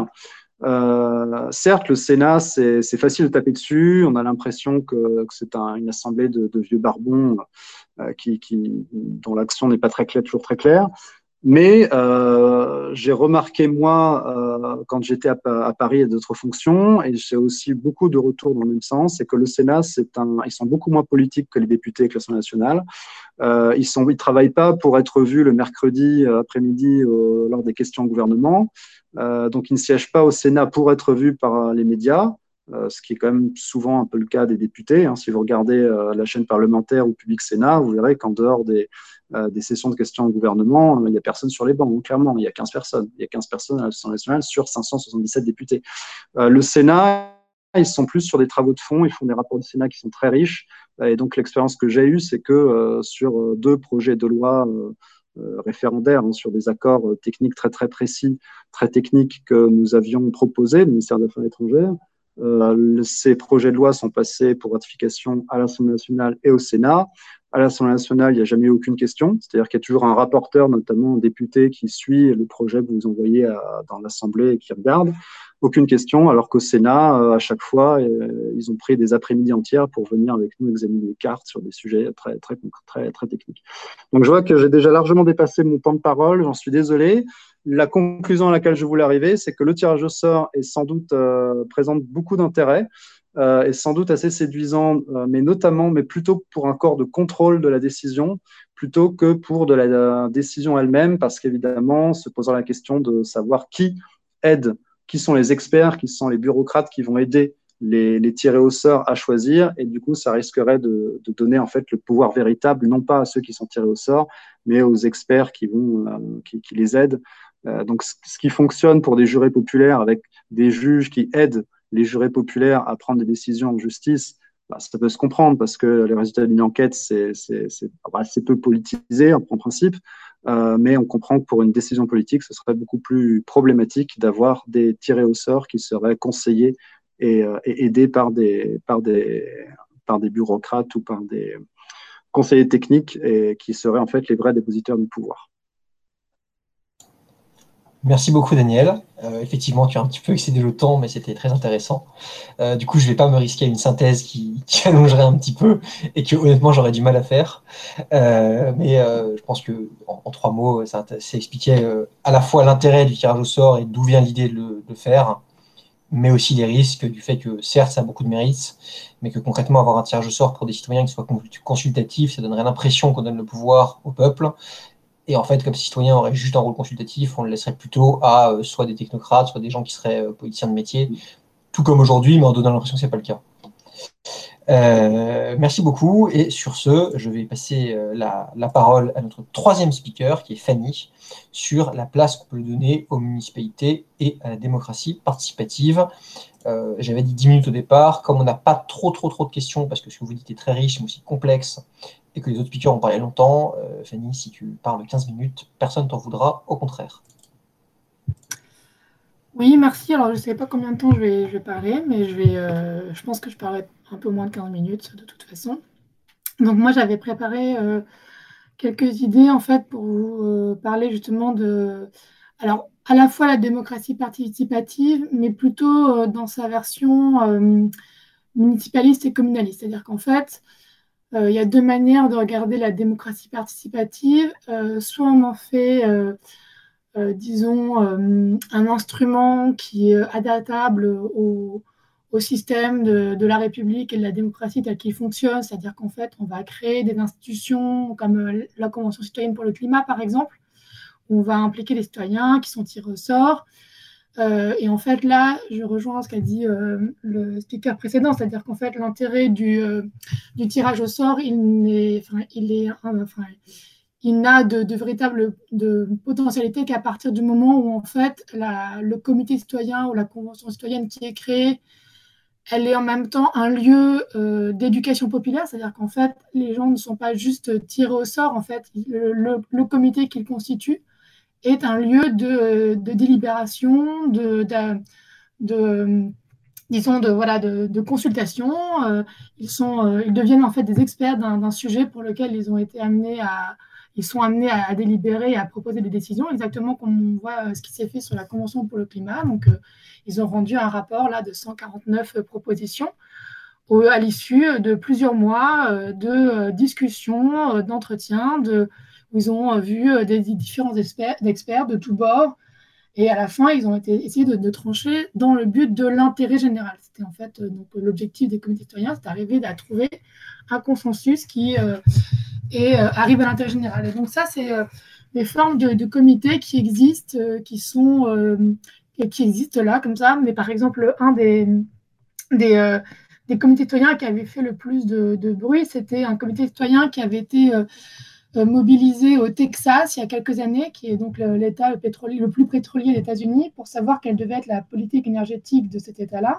Euh, certes, le Sénat, c'est facile de taper dessus. On a l'impression que, que c'est un, une assemblée de, de vieux barbons euh, qui, qui, dont l'action n'est pas très claire, toujours très claire. Mais euh, j'ai remarqué, moi, euh, quand j'étais à, à Paris et d'autres fonctions, et j'ai aussi beaucoup de retours dans le même sens, c'est que le Sénat, c'est un, ils sont beaucoup moins politiques que les députés et que l'Assemblée nationale. Euh, ils ne ils travaillent pas pour être vus le mercredi après-midi euh, lors des questions au gouvernement. Euh, donc, ils ne siègent pas au Sénat pour être vus par les médias, euh, ce qui est quand même souvent un peu le cas des députés. Hein. Si vous regardez euh, la chaîne parlementaire ou Public Sénat, vous verrez qu'en dehors des, euh, des sessions de questions au gouvernement, il n'y a personne sur les bancs. Donc, clairement, il y a quinze personnes. Il y a quinze personnes à l'Assemblée nationale sur cinq cent soixante-dix-sept députés. Euh, le Sénat, ils sont plus sur des travaux de fond. Ils font des rapports du Sénat qui sont très riches. Et donc, l'expérience que j'ai eue, c'est que euh, sur deux projets de loi euh, euh, référendaires, hein, sur des accords euh, techniques très, très précis, très techniques que nous avions proposés, le ministère des Affaires étrangères, euh, ces projets de loi sont passés pour ratification à l'Assemblée nationale et au Sénat. À l'Assemblée nationale, il n'y a jamais eu aucune question. C'est-à-dire qu'il y a toujours un rapporteur, notamment un député, qui suit le projet que vous envoyez à, dans l'Assemblée et qui regarde. Aucune question, alors qu'au Sénat, euh, à chaque fois, euh, ils ont pris des après-midi entières pour venir avec nous examiner les cartes sur des sujets très, très, très, très techniques. Donc, je vois que j'ai déjà largement dépassé mon temps de parole. J'en suis désolé. La conclusion à laquelle je voulais arriver, c'est que le tirage au sort est sans doute, euh, présente beaucoup d'intérêt. Euh, est sans doute assez séduisant, euh, mais notamment, mais plutôt pour un corps de contrôle de la décision, plutôt que pour de la, la décision elle-même, parce qu'évidemment, se posant la question de savoir qui aide, qui sont les experts, qui sont les bureaucrates qui vont aider les, les tirés au sort à choisir, et du coup, ça risquerait de, de donner en fait le pouvoir véritable, non pas à ceux qui sont tirés au sort, mais aux experts qui vont, euh, qui, qui les aident. Euh, donc, ce, ce qui fonctionne pour des jurés populaires avec des juges qui aident les jurés populaires à prendre des décisions en justice, bah, ça peut se comprendre parce que les résultats d'une enquête, c'est assez peu politisé en, en principe, euh, mais on comprend que pour une décision politique, ce serait beaucoup plus problématique d'avoir des tirés au sort qui seraient conseillés et, euh, et aidés par des, par, des, par des bureaucrates ou par des conseillers techniques et qui seraient en fait les vrais dépositaires du pouvoir. Merci beaucoup, Daniel. Euh, effectivement, tu as un petit peu excédé le temps, mais c'était très intéressant. Euh, du coup, je ne vais pas me risquer à une synthèse qui, qui allongerait un petit peu et que, honnêtement, j'aurais du mal à faire. Euh, mais euh, je pense que en, en trois mots, ça, ça expliquait euh, à la fois l'intérêt du tirage au sort et d'où vient l'idée de, de le faire, mais aussi les risques du fait que, certes, ça a beaucoup de mérites, mais que concrètement, avoir un tirage au sort pour des citoyens qui soit consultatif, ça donnerait l'impression qu'on donne le pouvoir au peuple. Et en fait, comme citoyen aurait juste un rôle consultatif, on le laisserait plutôt à euh, soit des technocrates, soit des gens qui seraient euh, politiciens de métier, tout comme aujourd'hui, mais en donnant l'impression que ce n'est pas le cas. Euh, merci beaucoup. Et sur ce, je vais passer euh, la, la parole à notre troisième speaker, qui est Fanny, sur la place qu'on peut donner aux municipalités et à la démocratie participative. Euh, J'avais dit dix minutes au départ. Comme on n'a pas trop, trop, trop de questions, parce que ce que vous dites est très riche, mais aussi complexe, et que les autres speakers ont parlé longtemps, euh, Fanny, si tu parles quinze minutes, personne t'en voudra, au contraire. Oui, merci. Alors, je ne sais pas combien de temps je vais, je vais parler, mais je, vais, euh, je pense que je parlerai un peu moins de quinze minutes, de toute façon. Donc, moi, j'avais préparé euh, quelques idées, en fait, pour vous euh, parler justement de... Alors, à la fois la démocratie participative, mais plutôt euh, dans sa version euh, municipaliste et communaliste. C'est-à-dire qu'en fait, euh, il y a deux manières de regarder la démocratie participative. Euh, soit on en fait... Euh, Euh, disons, euh, un instrument qui est adaptable au, au système de, de la République et de la démocratie tel qu'il fonctionne, c'est-à-dire qu'en fait, on va créer des institutions comme euh, la Convention citoyenne pour le climat, par exemple, où on va impliquer les citoyens qui sont tirés au sort. Euh, et en fait, là, je rejoins ce qu'a dit euh, le speaker précédent, c'est-à-dire qu'en fait, l'intérêt du, euh, du tirage au sort, il est... Enfin, il est enfin, il n'a de, de véritable de potentialité qu'à partir du moment où en fait la, le comité citoyen ou la convention citoyenne qui est créée, elle est en même temps un lieu euh, d'éducation populaire, c'est-à-dire qu'en fait les gens ne sont pas juste tirés au sort, en fait le, le, le comité qu'il constitue est un lieu de, de délibération, de, de, de disons de voilà de, de consultation. Euh, ils sont, euh, ils deviennent en fait des experts d'un sujet pour lequel ils ont été amenés à ils sont amenés à, à délibérer et à proposer des décisions, exactement comme on voit ce qui s'est fait sur la Convention pour le climat. Donc, euh, ils ont rendu un rapport là, de cent quarante-neuf propositions au, à l'issue de plusieurs mois euh, de euh, discussions, euh, d'entretiens, de, où ils ont euh, vu euh, des, des différents experts, d'experts de tous bords. Et à la fin, ils ont été, essayé de, de trancher dans le but de l'intérêt général. C'était en fait euh, donc, l'objectif des comités citoyens, c'est d'arriver à trouver un consensus qui euh, est, euh, arrive à l'intérêt général. Et donc ça, c'est euh, des formes de, de comités qui existent, euh, qui sont euh, qui existent là comme ça. Mais par exemple, un des des, euh, des comités citoyens qui avait fait le plus de, de bruit, c'était un comité citoyen qui avait été euh, mobilisé au Texas il y a quelques années, qui est donc l'État le, pétrolier, le plus pétrolier des États-Unis, pour savoir quelle devait être la politique énergétique de cet État-là.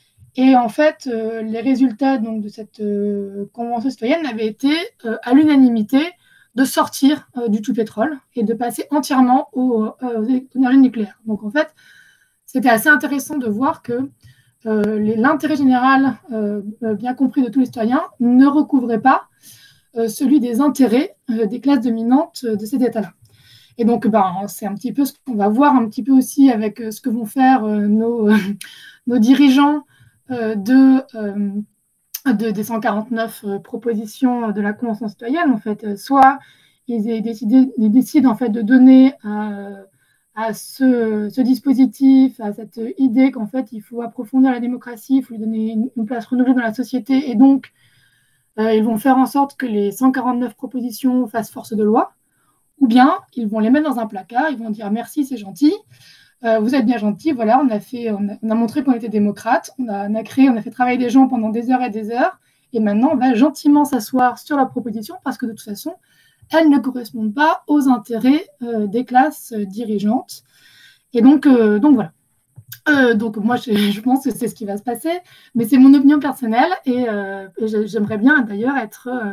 Et en fait, euh, les résultats donc, de cette euh, convention citoyenne avaient été euh, à l'unanimité de sortir euh, du tout pétrole et de passer entièrement aux, euh, aux énergies nucléaires. Donc en fait, c'était assez intéressant de voir que euh, l'intérêt général, euh, bien compris de tous les citoyens, ne recouvrait pas euh, celui des intérêts euh, des classes dominantes de cet État-là. Et donc, ben, c'est un petit peu ce qu'on va voir un petit peu aussi avec euh, ce que vont faire euh, nos, euh, nos dirigeants euh, de, euh, de, des cent quarante-neuf euh, propositions de la Convention citoyenne. En fait, euh, soit ils, décidé, ils décident en fait de donner à, à ce, ce dispositif, à cette idée qu'en fait, il faut approfondir la démocratie, il faut lui donner une, une place renouvelée dans la société, et donc, euh, ils vont faire en sorte que les cent quarante-neuf propositions fassent force de loi. Ou bien, ils vont les mettre dans un placard, ils vont dire merci, c'est gentil, euh, vous êtes bien gentil, voilà, on a, fait, on a, on a montré qu'on était démocrate, on a, on a créé, on a fait travailler des gens pendant des heures et des heures, et maintenant on va gentiment s'asseoir sur la proposition parce que de toute façon, elles ne correspondent pas aux intérêts euh, des classes euh, dirigeantes. Et donc, euh, donc voilà. Euh, donc moi, je, je pense que c'est ce qui va se passer, mais c'est mon opinion personnelle, et, euh, et j'aimerais bien d'ailleurs être, euh,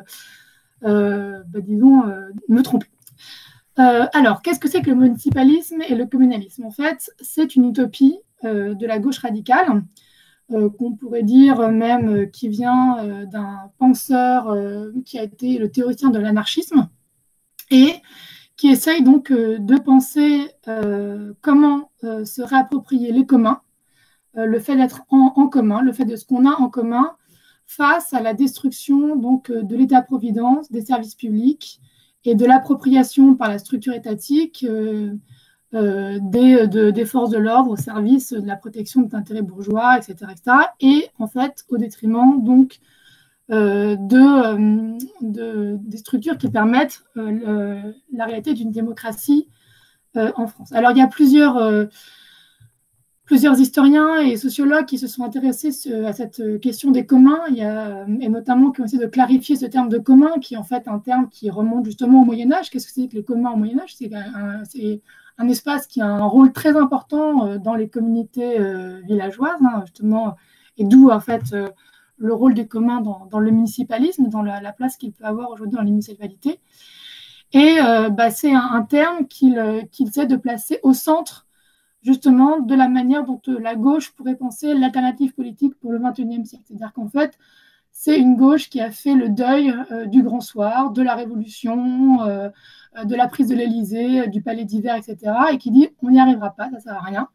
euh, bah, disons, euh, me tromper. Euh, alors, qu'est-ce que c'est que le municipalisme et le communalisme? En fait, c'est une utopie euh, de la gauche radicale, euh, qu'on pourrait dire même euh, qui vient euh, d'un penseur euh, qui a été le théoricien de l'anarchisme, et qui essaye donc euh, de penser euh, comment euh, se réapproprier les communs, euh, le fait d'être en, en commun, le fait de ce qu'on a en commun, face à la destruction donc, euh, de l'État-providence, des services publics, et de l'appropriation par la structure étatique euh, euh, des, de, des forces de l'ordre au service de la protection des intérêts bourgeois, et cetera, et cetera. Et en fait, au détriment donc euh, de, euh, de, des structures qui permettent euh, le, la réalité d'une démocratie euh, en France. Alors, il y a plusieurs... Euh, Plusieurs historiens et sociologues qui se sont intéressés à cette question des communs, il y a, et notamment qui ont essayé de clarifier ce terme de commun, qui est en fait un terme qui remonte justement au Moyen-Âge. Qu'est-ce que c'est que les communs au Moyen-Âge? C'est un, un espace qui a un rôle très important dans les communautés euh, villageoises, hein, justement, et d'où en fait euh, le rôle des communs dans, dans le municipalisme, dans la, la place qu'il peut avoir aujourd'hui dans les municipalités. Et euh, bah, c'est un, un terme qu'il qu'il essaie de placer au centre justement de la manière dont la gauche pourrait penser l'alternative politique pour le vingt et unième siècle. C'est-à-dire qu'en fait, c'est une gauche qui a fait le deuil euh, du Grand Soir, de la Révolution, euh, de la prise de l'Élysée, du Palais d'Hiver, et cetera, et qui dit on n'y arrivera pas, ça ne sert à rien.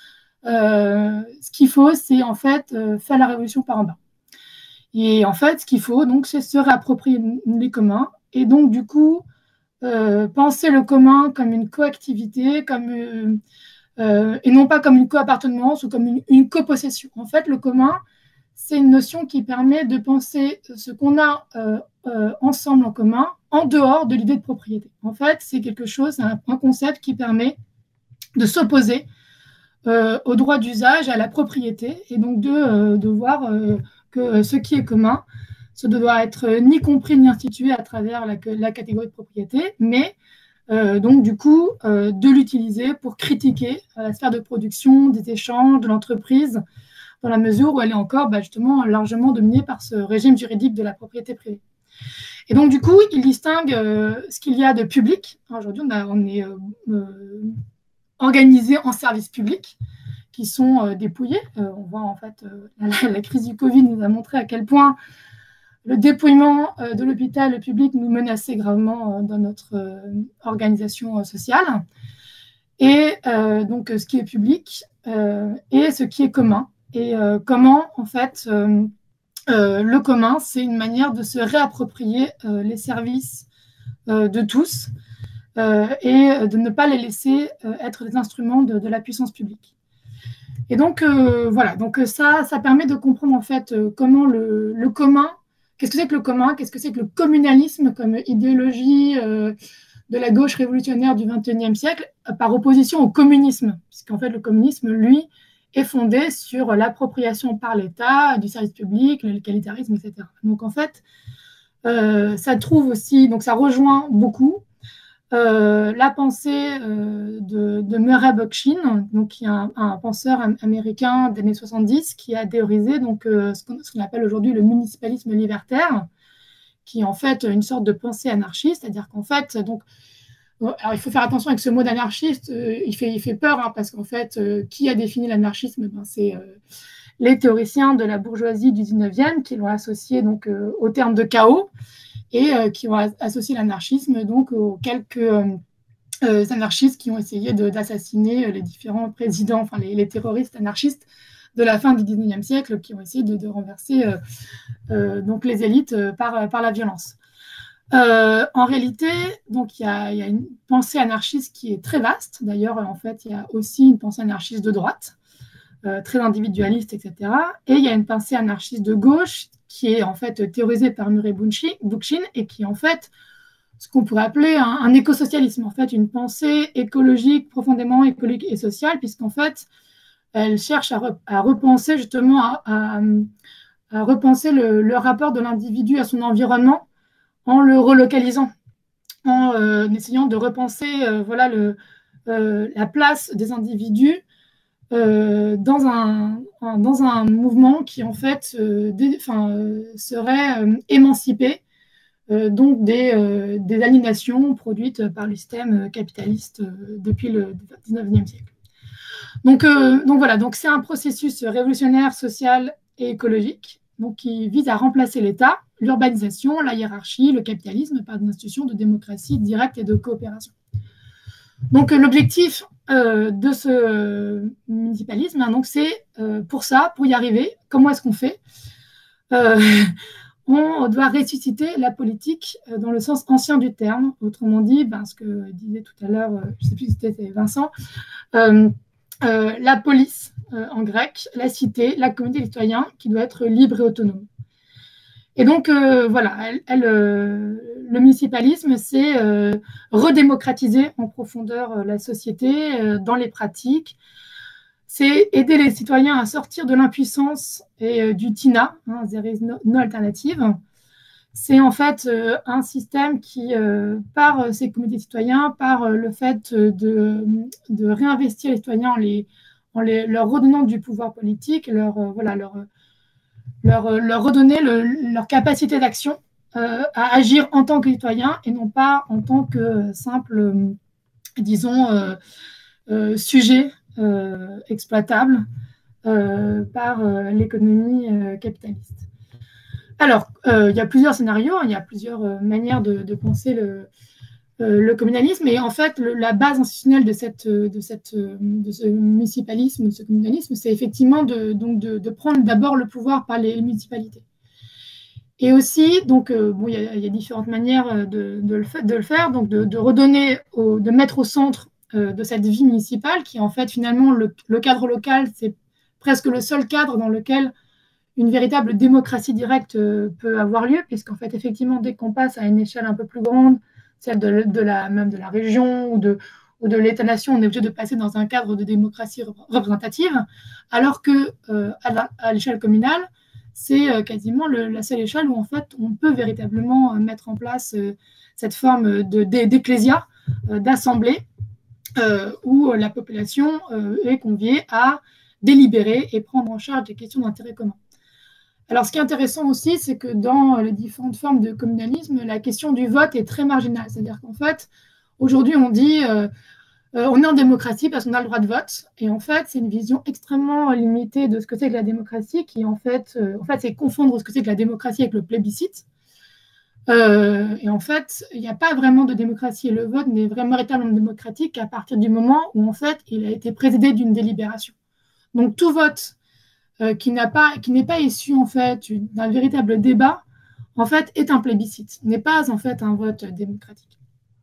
Euh, ce qu'il faut, c'est en fait euh, faire la révolution par en bas. Et en fait, ce qu'il faut, donc, c'est se réapproprier les communs, et donc, du coup, euh, penser le commun comme une coactivité, comme... Euh, Euh, et non pas comme une co-appartenance ou comme une, une copossession. En fait, le commun, c'est une notion qui permet de penser ce qu'on a euh, euh, ensemble en commun en dehors de l'idée de propriété. En fait, c'est quelque chose, un, un concept qui permet de s'opposer euh, au droit d'usage, à la propriété, et donc de, euh, de voir euh, que ce qui est commun, ça ne doit être ni compris ni institué à travers la, la catégorie de propriété, mais Euh, donc, du coup, euh, de l'utiliser pour critiquer euh, la sphère de production, des échanges, de l'entreprise, dans la mesure où elle est encore bah, justement largement dominée par ce régime juridique de la propriété privée. Et donc, du coup, il distingue euh, ce qu'il y a de public. Aujourd'hui, on, a, on est euh, euh, organisé en services publics qui sont euh, dépouillés. Euh, on voit en fait, euh, la, la crise du Covid nous a montré à quel point le dépouillement euh, de l'hôpital public nous menaçait gravement euh, dans notre euh, organisation euh, sociale. Et euh, donc, ce qui est public euh, et ce qui est commun. Et euh, comment, en fait, euh, euh, le commun, c'est une manière de se réapproprier euh, les services euh, de tous euh, et de ne pas les laisser euh, être des instruments de, de la puissance publique. Et donc, euh, voilà, donc ça, ça permet de comprendre, en fait, euh, comment le, le commun, qu'est-ce que c'est que le commun, qu'est-ce que c'est que le communalisme comme idéologie euh, de la gauche révolutionnaire du vingt et unième siècle, par opposition au communisme, puisqu'en fait, le communisme, lui, est fondé sur l'appropriation par l'État du service public, l'égalitarisme, et cetera. Donc, en fait, euh, ça trouve aussi, donc ça rejoint beaucoup euh, la pensée euh, de, de Murray Bookchin, donc, qui est un, un penseur américain des années soixante-dix, qui a théorisé donc, euh, ce qu'on, ce qu'on appelle aujourd'hui le municipalisme libertaire, qui est en fait une sorte de pensée anarchiste, c'est-à-dire qu'en fait, donc, alors il faut faire attention avec ce mot d'anarchiste, euh, il, fait, il fait peur, hein, parce qu'en fait, euh, qui a défini l'anarchisme? Ben, c'est euh, les théoriciens de la bourgeoisie du dix-neuvième qui l'ont associé donc, euh, au terme de chaos et euh, qui ont associé l'anarchisme donc, aux quelques euh, euh, anarchistes qui ont essayé de, d'assassiner les différents présidents, enfin les, les terroristes anarchistes de la fin du dix-neuvième siècle qui ont essayé de, de renverser euh, euh, donc les élites euh, par, par la violence. Euh, en réalité, donc il y, y a une pensée anarchiste qui est très vaste. D'ailleurs, en fait, il y a aussi une pensée anarchiste de droite, euh, très individualiste, et cetera. Et il y a une pensée anarchiste de gauche qui est en fait théorisée par Murray Bookchin et qui est en fait ce qu'on pourrait appeler un, un écosocialisme, en fait, une pensée écologique, profondément écologique et sociale, puisqu'en fait, elle cherche à, re, à repenser justement à, à, à repenser le, le rapport de l'individu à son environnement en le relocalisant, en euh, essayant de repenser euh, voilà, le, euh, la place des individus euh, dans, un, un, dans un mouvement qui, en fait, euh, dé, euh, serait euh, émancipé euh, donc des, euh, des aliénations produites par le système capitaliste euh, depuis le dix-neuvième siècle. Donc, euh, donc voilà, donc c'est un processus révolutionnaire, social et écologique donc, qui vise à remplacer l'État, l'urbanisation, la hiérarchie, le capitalisme par des institutions de démocratie directe et de coopération. Donc l'objectif euh, de ce euh, municipalisme, hein, donc c'est euh, pour ça, pour y arriver, comment est-ce qu'on fait euh, on doit ressusciter la politique euh, dans le sens ancien du terme, autrement dit, ben, ce que disait tout à l'heure, euh, je ne sais plus si c'était Vincent, euh, euh, la police euh, en grec, la cité, la communauté des citoyens qui doit être libre et autonome. Et donc, euh, voilà, elle, elle, euh, le municipalisme, c'est euh, redémocratiser en profondeur euh, la société euh, dans les pratiques. C'est aider les citoyens à sortir de l'impuissance et euh, du T I N A, hein, there is no, no alternative. C'est en fait euh, un système qui, euh, par ces comités citoyens, par euh, le fait de, de réinvestir les citoyens en, les, en les, leur redonnant du pouvoir politique, leur, euh, voilà, leur, leur, leur redonner le, leur capacité d'action euh, à agir en tant que citoyen et non pas en tant que simple, euh, disons, euh, euh, sujet euh, exploitable euh, par euh, l'économie euh, capitaliste. Alors, euh, il y a plusieurs scénarios, il y a plusieurs euh, manières de, de penser le, euh, le communalisme, et en fait, le, la base institutionnelle de, cette, de, cette, de ce municipalisme, de ce communalisme, c'est effectivement de, donc de, de prendre d'abord le pouvoir par les municipalités. Et aussi, donc, euh, bon, il y, a, il y a différentes manières de, de, le, de le faire, donc de, de redonner, au, de mettre au centre euh, de cette vie municipale, qui en fait, finalement, le, le cadre local, c'est presque le seul cadre dans lequel une véritable démocratie directe euh, peut avoir lieu, puisqu'en fait, effectivement, dès qu'on passe à une échelle un peu plus grande, celle de, de la, même de la région ou de, ou de l'État-nation, on est obligé de passer dans un cadre de démocratie représentative, alors que euh, à l'échelle communale, c'est euh, quasiment le, la seule échelle où en fait, on peut véritablement euh, mettre en place euh, cette forme de, de, d'ecclésia, euh, d'assemblée, euh, où la population euh, est conviée à délibérer et prendre en charge des questions d'intérêt commun. Alors, ce qui est intéressant aussi, c'est que dans les différentes formes de communalisme, la question du vote est très marginale. C'est-à-dire qu'en fait, aujourd'hui, on dit euh, euh, on est en démocratie parce qu'on a le droit de vote. Et en fait, c'est une vision extrêmement limitée de ce que c'est que la démocratie, qui en fait, euh, en fait c'est confondre ce que c'est que la démocratie avec le plébiscite. Euh, et en fait, il n'y a pas vraiment de démocratie. Et le vote n'est vraiment véritablement démocratique qu'à partir du moment où, en fait, il a été précédé d'une délibération. Donc, tout vote euh, qui n'a pas, qui n'est pas issu, en fait, d'un véritable débat, en fait, est un plébiscite, n'est pas, en fait, un vote démocratique.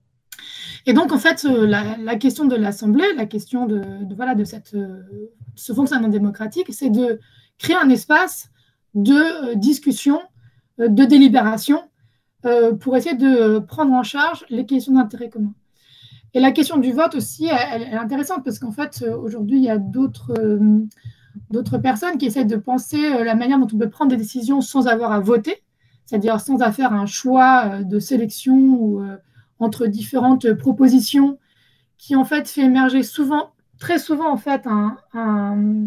Et donc, en fait, euh, la, la question de l'Assemblée, la question de, de, voilà, de cette, euh, ce fonctionnement démocratique, c'est de créer un espace de euh, discussion, euh, de délibération, euh, pour essayer de prendre en charge les questions d'intérêt commun. Et la question du vote aussi, elle, elle est intéressante parce qu'en fait, aujourd'hui, il y a d'autres euh, d'autres personnes qui essaient de penser euh, la manière dont on peut prendre des décisions sans avoir à voter, c'est-à-dire sans à faire un choix euh, de sélection ou euh, entre différentes propositions qui, en fait, fait émerger souvent, très souvent, en fait, un, un,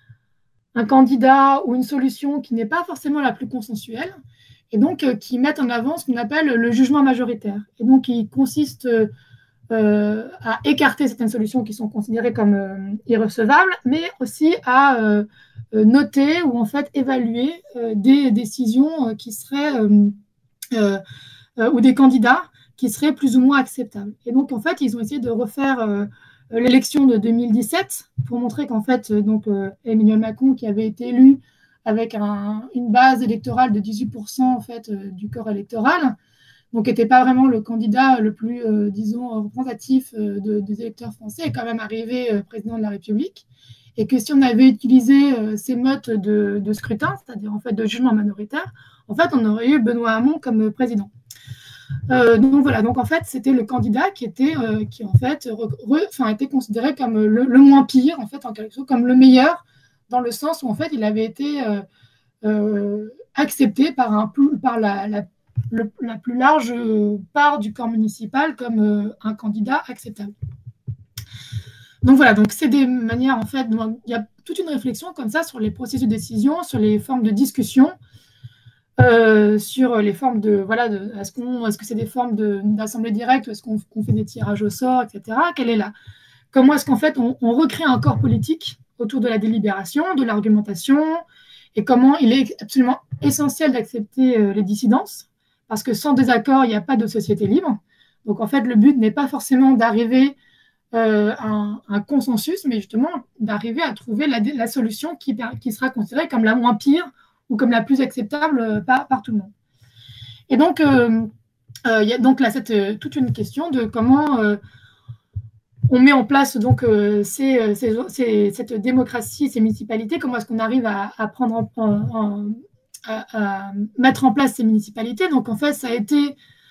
un candidat ou une solution qui n'est pas forcément la plus consensuelle et donc euh, qui mettent en avant ce qu'on appelle le jugement majoritaire. Et donc, qui consiste euh, euh, à écarter certaines solutions qui sont considérées comme euh, irrecevables, mais aussi à euh, noter ou en fait évaluer euh, des décisions euh, qui seraient, euh, euh, euh, ou des candidats qui seraient plus ou moins acceptables. Et donc, en fait, ils ont essayé de refaire euh, l'élection de deux mille dix-sept pour montrer qu'en fait, euh, donc, euh, Emmanuel Macron, qui avait été élu avec un, une base électorale de dix-huit pour cent en fait, euh, du corps électoral, donc n'était pas vraiment le candidat le plus, euh, disons, représentatif euh, de, des électeurs français, est quand même arrivé euh, président de la République, et que si on avait utilisé euh, ces modes de, de scrutin, c'est-à-dire en fait de jugement minoritaire, en fait, on aurait eu Benoît Hamon comme président. Euh, donc voilà, donc en fait, c'était le candidat qui était, euh, qui en fait, re, re, enfin, était considéré comme le, le moins pire, en fait, en quelque sorte, comme le meilleur, dans le sens où en fait, il avait été euh, euh, accepté par, un, par la, la, le, la plus large part du corps municipal comme euh, un candidat acceptable. Donc voilà, donc c'est des manières, en fait, il y a toute une réflexion comme ça sur les processus de décision, sur les formes de discussion, Euh, sur les formes de, voilà, de, est-ce qu'on, est-ce que c'est des formes d'assemblée directe, ou est-ce qu'on, qu'on fait des tirages au sort, et cetera. Quelle est la, comment est-ce qu'en fait on, on recrée un corps politique autour de la délibération, de l'argumentation, et comment il est absolument essentiel d'accepter euh, les dissidences, parce que sans désaccord, il n'y a pas de société libre. Donc en fait, le but n'est pas forcément d'arriver euh, à un, un consensus, mais justement d'arriver à trouver la, la solution qui, qui sera considérée comme la moins pire, ou comme la plus acceptable par, par tout le monde. Et donc, euh, euh, y a donc là cette, euh, toute une question de comment euh, on met en place donc, euh, ces, ces, ces, cette démocratie, ces municipalités, comment est-ce qu'on arrive à, à, prendre en, en, à, à mettre en place ces municipalités. Donc, en fait, ça a été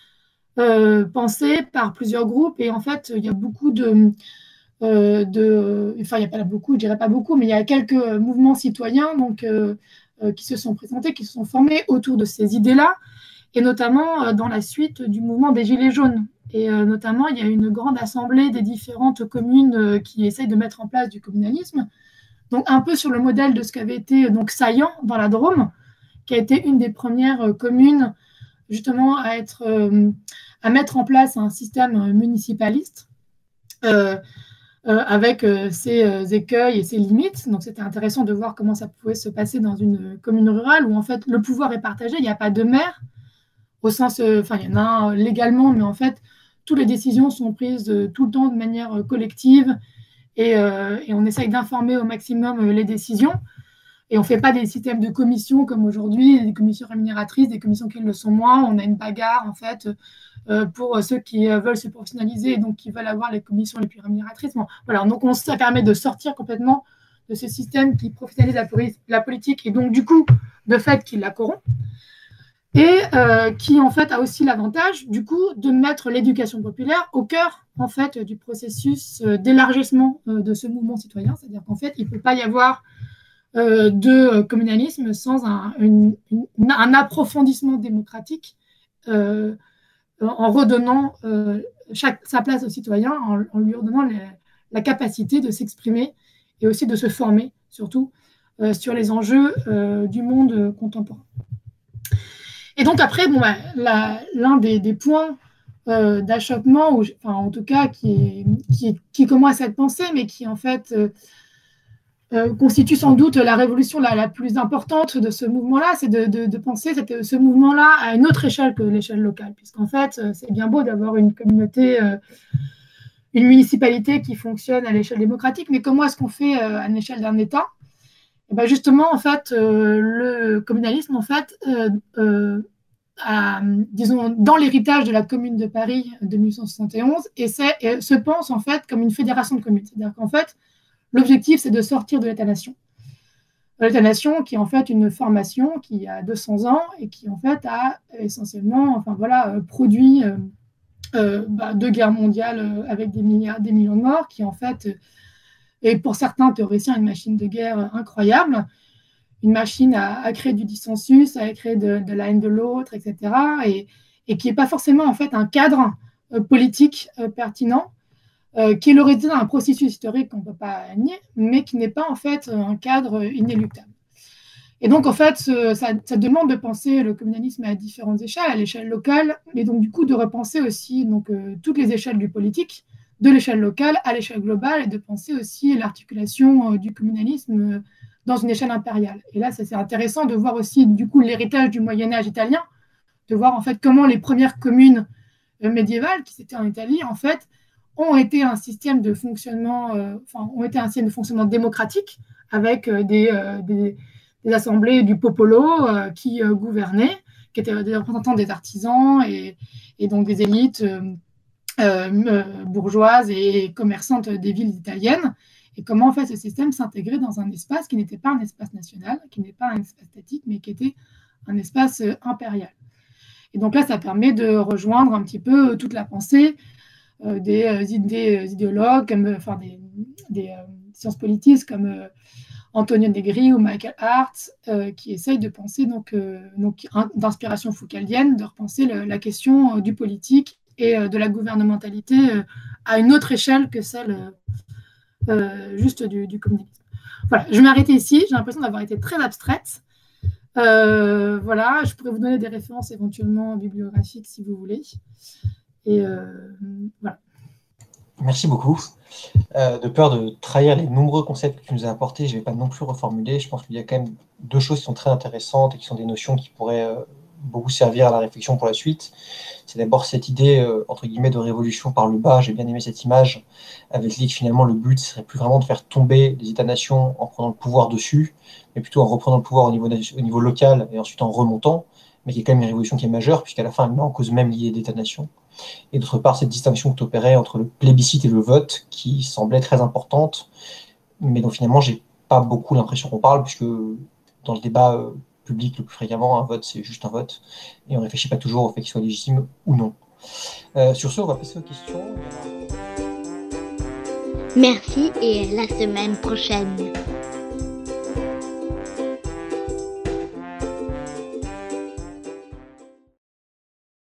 euh, pensé par plusieurs groupes et en fait, il y a beaucoup de... Euh, de enfin, il n'y a pas beaucoup, je dirais pas beaucoup, mais il y a quelques mouvements citoyens donc, euh, euh, qui se sont présentés, qui se sont formés autour de ces idées-là, et notamment euh, dans la suite du mouvement des Gilets jaunes. Et euh, notamment, il y a une grande assemblée des différentes communes euh, qui essayent de mettre en place du communalisme, donc un peu sur le modèle de ce qu'avait été donc, Saillant dans la Drôme, qui a été une des premières euh, communes justement à, être, euh, à mettre en place un système municipaliste. Euh, Euh, avec euh, ses euh, écueils et ses limites. Donc, c'était intéressant de voir comment ça pouvait se passer dans une commune rurale où, en fait, le pouvoir est partagé. Il n'y a pas de maire, au sens... Enfin, euh, il y en a un légalement, mais en fait, toutes les décisions sont prises euh, tout le temps de manière euh, collective et, euh, et on essaye d'informer au maximum euh, les décisions. Et on ne fait pas des systèmes de commissions comme aujourd'hui, des commissions rémunératrices, des commissions qui le sont moins. On a une bagarre, en fait, euh, pour ceux qui euh, veulent se professionnaliser et donc qui veulent avoir les commissions les plus rémunératrices. Bon, voilà, donc on, ça permet de sortir complètement de ce système qui professionnalise la, la politique et donc, du coup, de fait, qui la corrompt. Et euh, qui, en fait, a aussi l'avantage, du coup, de mettre l'éducation populaire au cœur, en fait, du processus euh, d'élargissement euh, de ce mouvement citoyen. C'est-à-dire qu'en fait, il ne peut pas y avoir Euh, de communalisme sans un, une, une, un approfondissement démocratique euh, en redonnant euh, chaque, sa place aux citoyens, en, en lui redonnant les, la capacité de s'exprimer et aussi de se former, surtout, euh, sur les enjeux euh, du monde contemporain. Et donc après, bon, bah, l'un des, des points euh, d'achoppement, ou enfin, en tout cas qui, qui, qui commence à être pensé, mais qui en fait euh, euh, constitue sans doute la révolution la, la plus importante de ce mouvement-là, c'est de, de, de penser cette, ce mouvement-là à une autre échelle que l'échelle locale, puisqu'en fait, c'est bien beau d'avoir une communauté, euh, une municipalité qui fonctionne à l'échelle démocratique, mais comment est-ce qu'on fait euh, à l'échelle d'un État? Et ben justement, en fait, euh, le communalisme, en fait, euh, euh, à, disons, dans l'héritage de la Commune de Paris de mille huit cent soixante et onze, et, et se pense en fait comme une fédération de communes. C'est-à-dire qu'en fait, l'objectif, c'est de sortir de l'État-nation. L'État-nation qui est en fait une formation qui a deux cents ans et qui en fait a essentiellement, enfin voilà, produit euh, euh, bah, deux guerres mondiales avec des milliards, des millions de morts, qui en fait est pour certains théoriciens une machine de guerre incroyable, une machine à, à créer du dissensus, à créer de, de la haine de l'autre, et cetera. Et, et qui n'est pas forcément en fait un cadre euh, politique euh, pertinent, euh, qui est le résultat d'un processus historique qu'on ne peut pas nier, mais qui n'est pas en fait un cadre inéluctable. Et donc en fait, ce, ça, ça demande de penser le communalisme à différentes échelles, à l'échelle locale, mais donc du coup de repenser aussi donc, euh, toutes les échelles du politique, de l'échelle locale à l'échelle globale, et de penser aussi l'articulation euh, du communalisme euh, dans une échelle impériale. Et là, c'est intéressant de voir aussi du coup l'héritage du Moyen-Âge italien, de voir en fait comment les premières communes euh, médiévales qui étaient en Italie, en fait, ont été un système de fonctionnement, euh, enfin, ont été un système de fonctionnement démocratique avec euh, des, euh, des, des assemblées du popolo euh, qui euh, gouvernaient, qui étaient des représentants des artisans et, et donc des élites euh, euh, bourgeoises et commerçantes des villes italiennes. Et comment en fait ce système s'intégrait dans un espace qui n'était pas un espace national, qui n'est pas un espace statique, mais qui était un espace euh, impérial. Et donc là, ça permet de rejoindre un petit peu toute la pensée euh, des, euh, des idéologues, comme, enfin des, des euh, sciences politiques comme euh, Antonio Negri ou Michael Hart, euh, qui essayent de penser, donc, euh, donc d'inspiration foucaldienne, de repenser le, la question euh, du politique et euh, de la gouvernementalité euh, à une autre échelle que celle euh, euh, juste du, du communisme. Voilà, je vais m'arrêter ici. J'ai l'impression d'avoir été très abstraite. Euh, voilà, je pourrais vous donner des références éventuellement bibliographiques si vous voulez. Et euh, voilà. Merci beaucoup. Euh, de peur de trahir les nombreux concepts que tu nous as apportés, je ne vais pas non plus reformuler. Je pense qu'il y a quand même deux choses qui sont très intéressantes et qui sont des notions qui pourraient euh, beaucoup servir à la réflexion pour la suite. C'est d'abord cette idée, euh, entre guillemets, de révolution par le bas. J'ai bien aimé cette image avec l'idée que finalement le but ne serait plus vraiment de faire tomber les États-nations en prenant le pouvoir dessus, mais plutôt en reprenant le pouvoir au niveau, au niveau local et ensuite en remontant, mais qui est quand même une révolution qui est majeure, puisqu'à la fin, elle met en cause même l'idée d'État-nation. Et d'autre part, cette distinction que tu opérais entre le plébiscite et le vote, qui semblait très importante, mais dont finalement, j'ai pas beaucoup l'impression qu'on parle, puisque dans le débat euh, public le plus fréquemment, un vote, c'est juste un vote, et on ne réfléchit pas toujours au fait qu'il soit légitime ou non. Euh, sur ce, on va passer aux questions. Merci et à la semaine prochaine.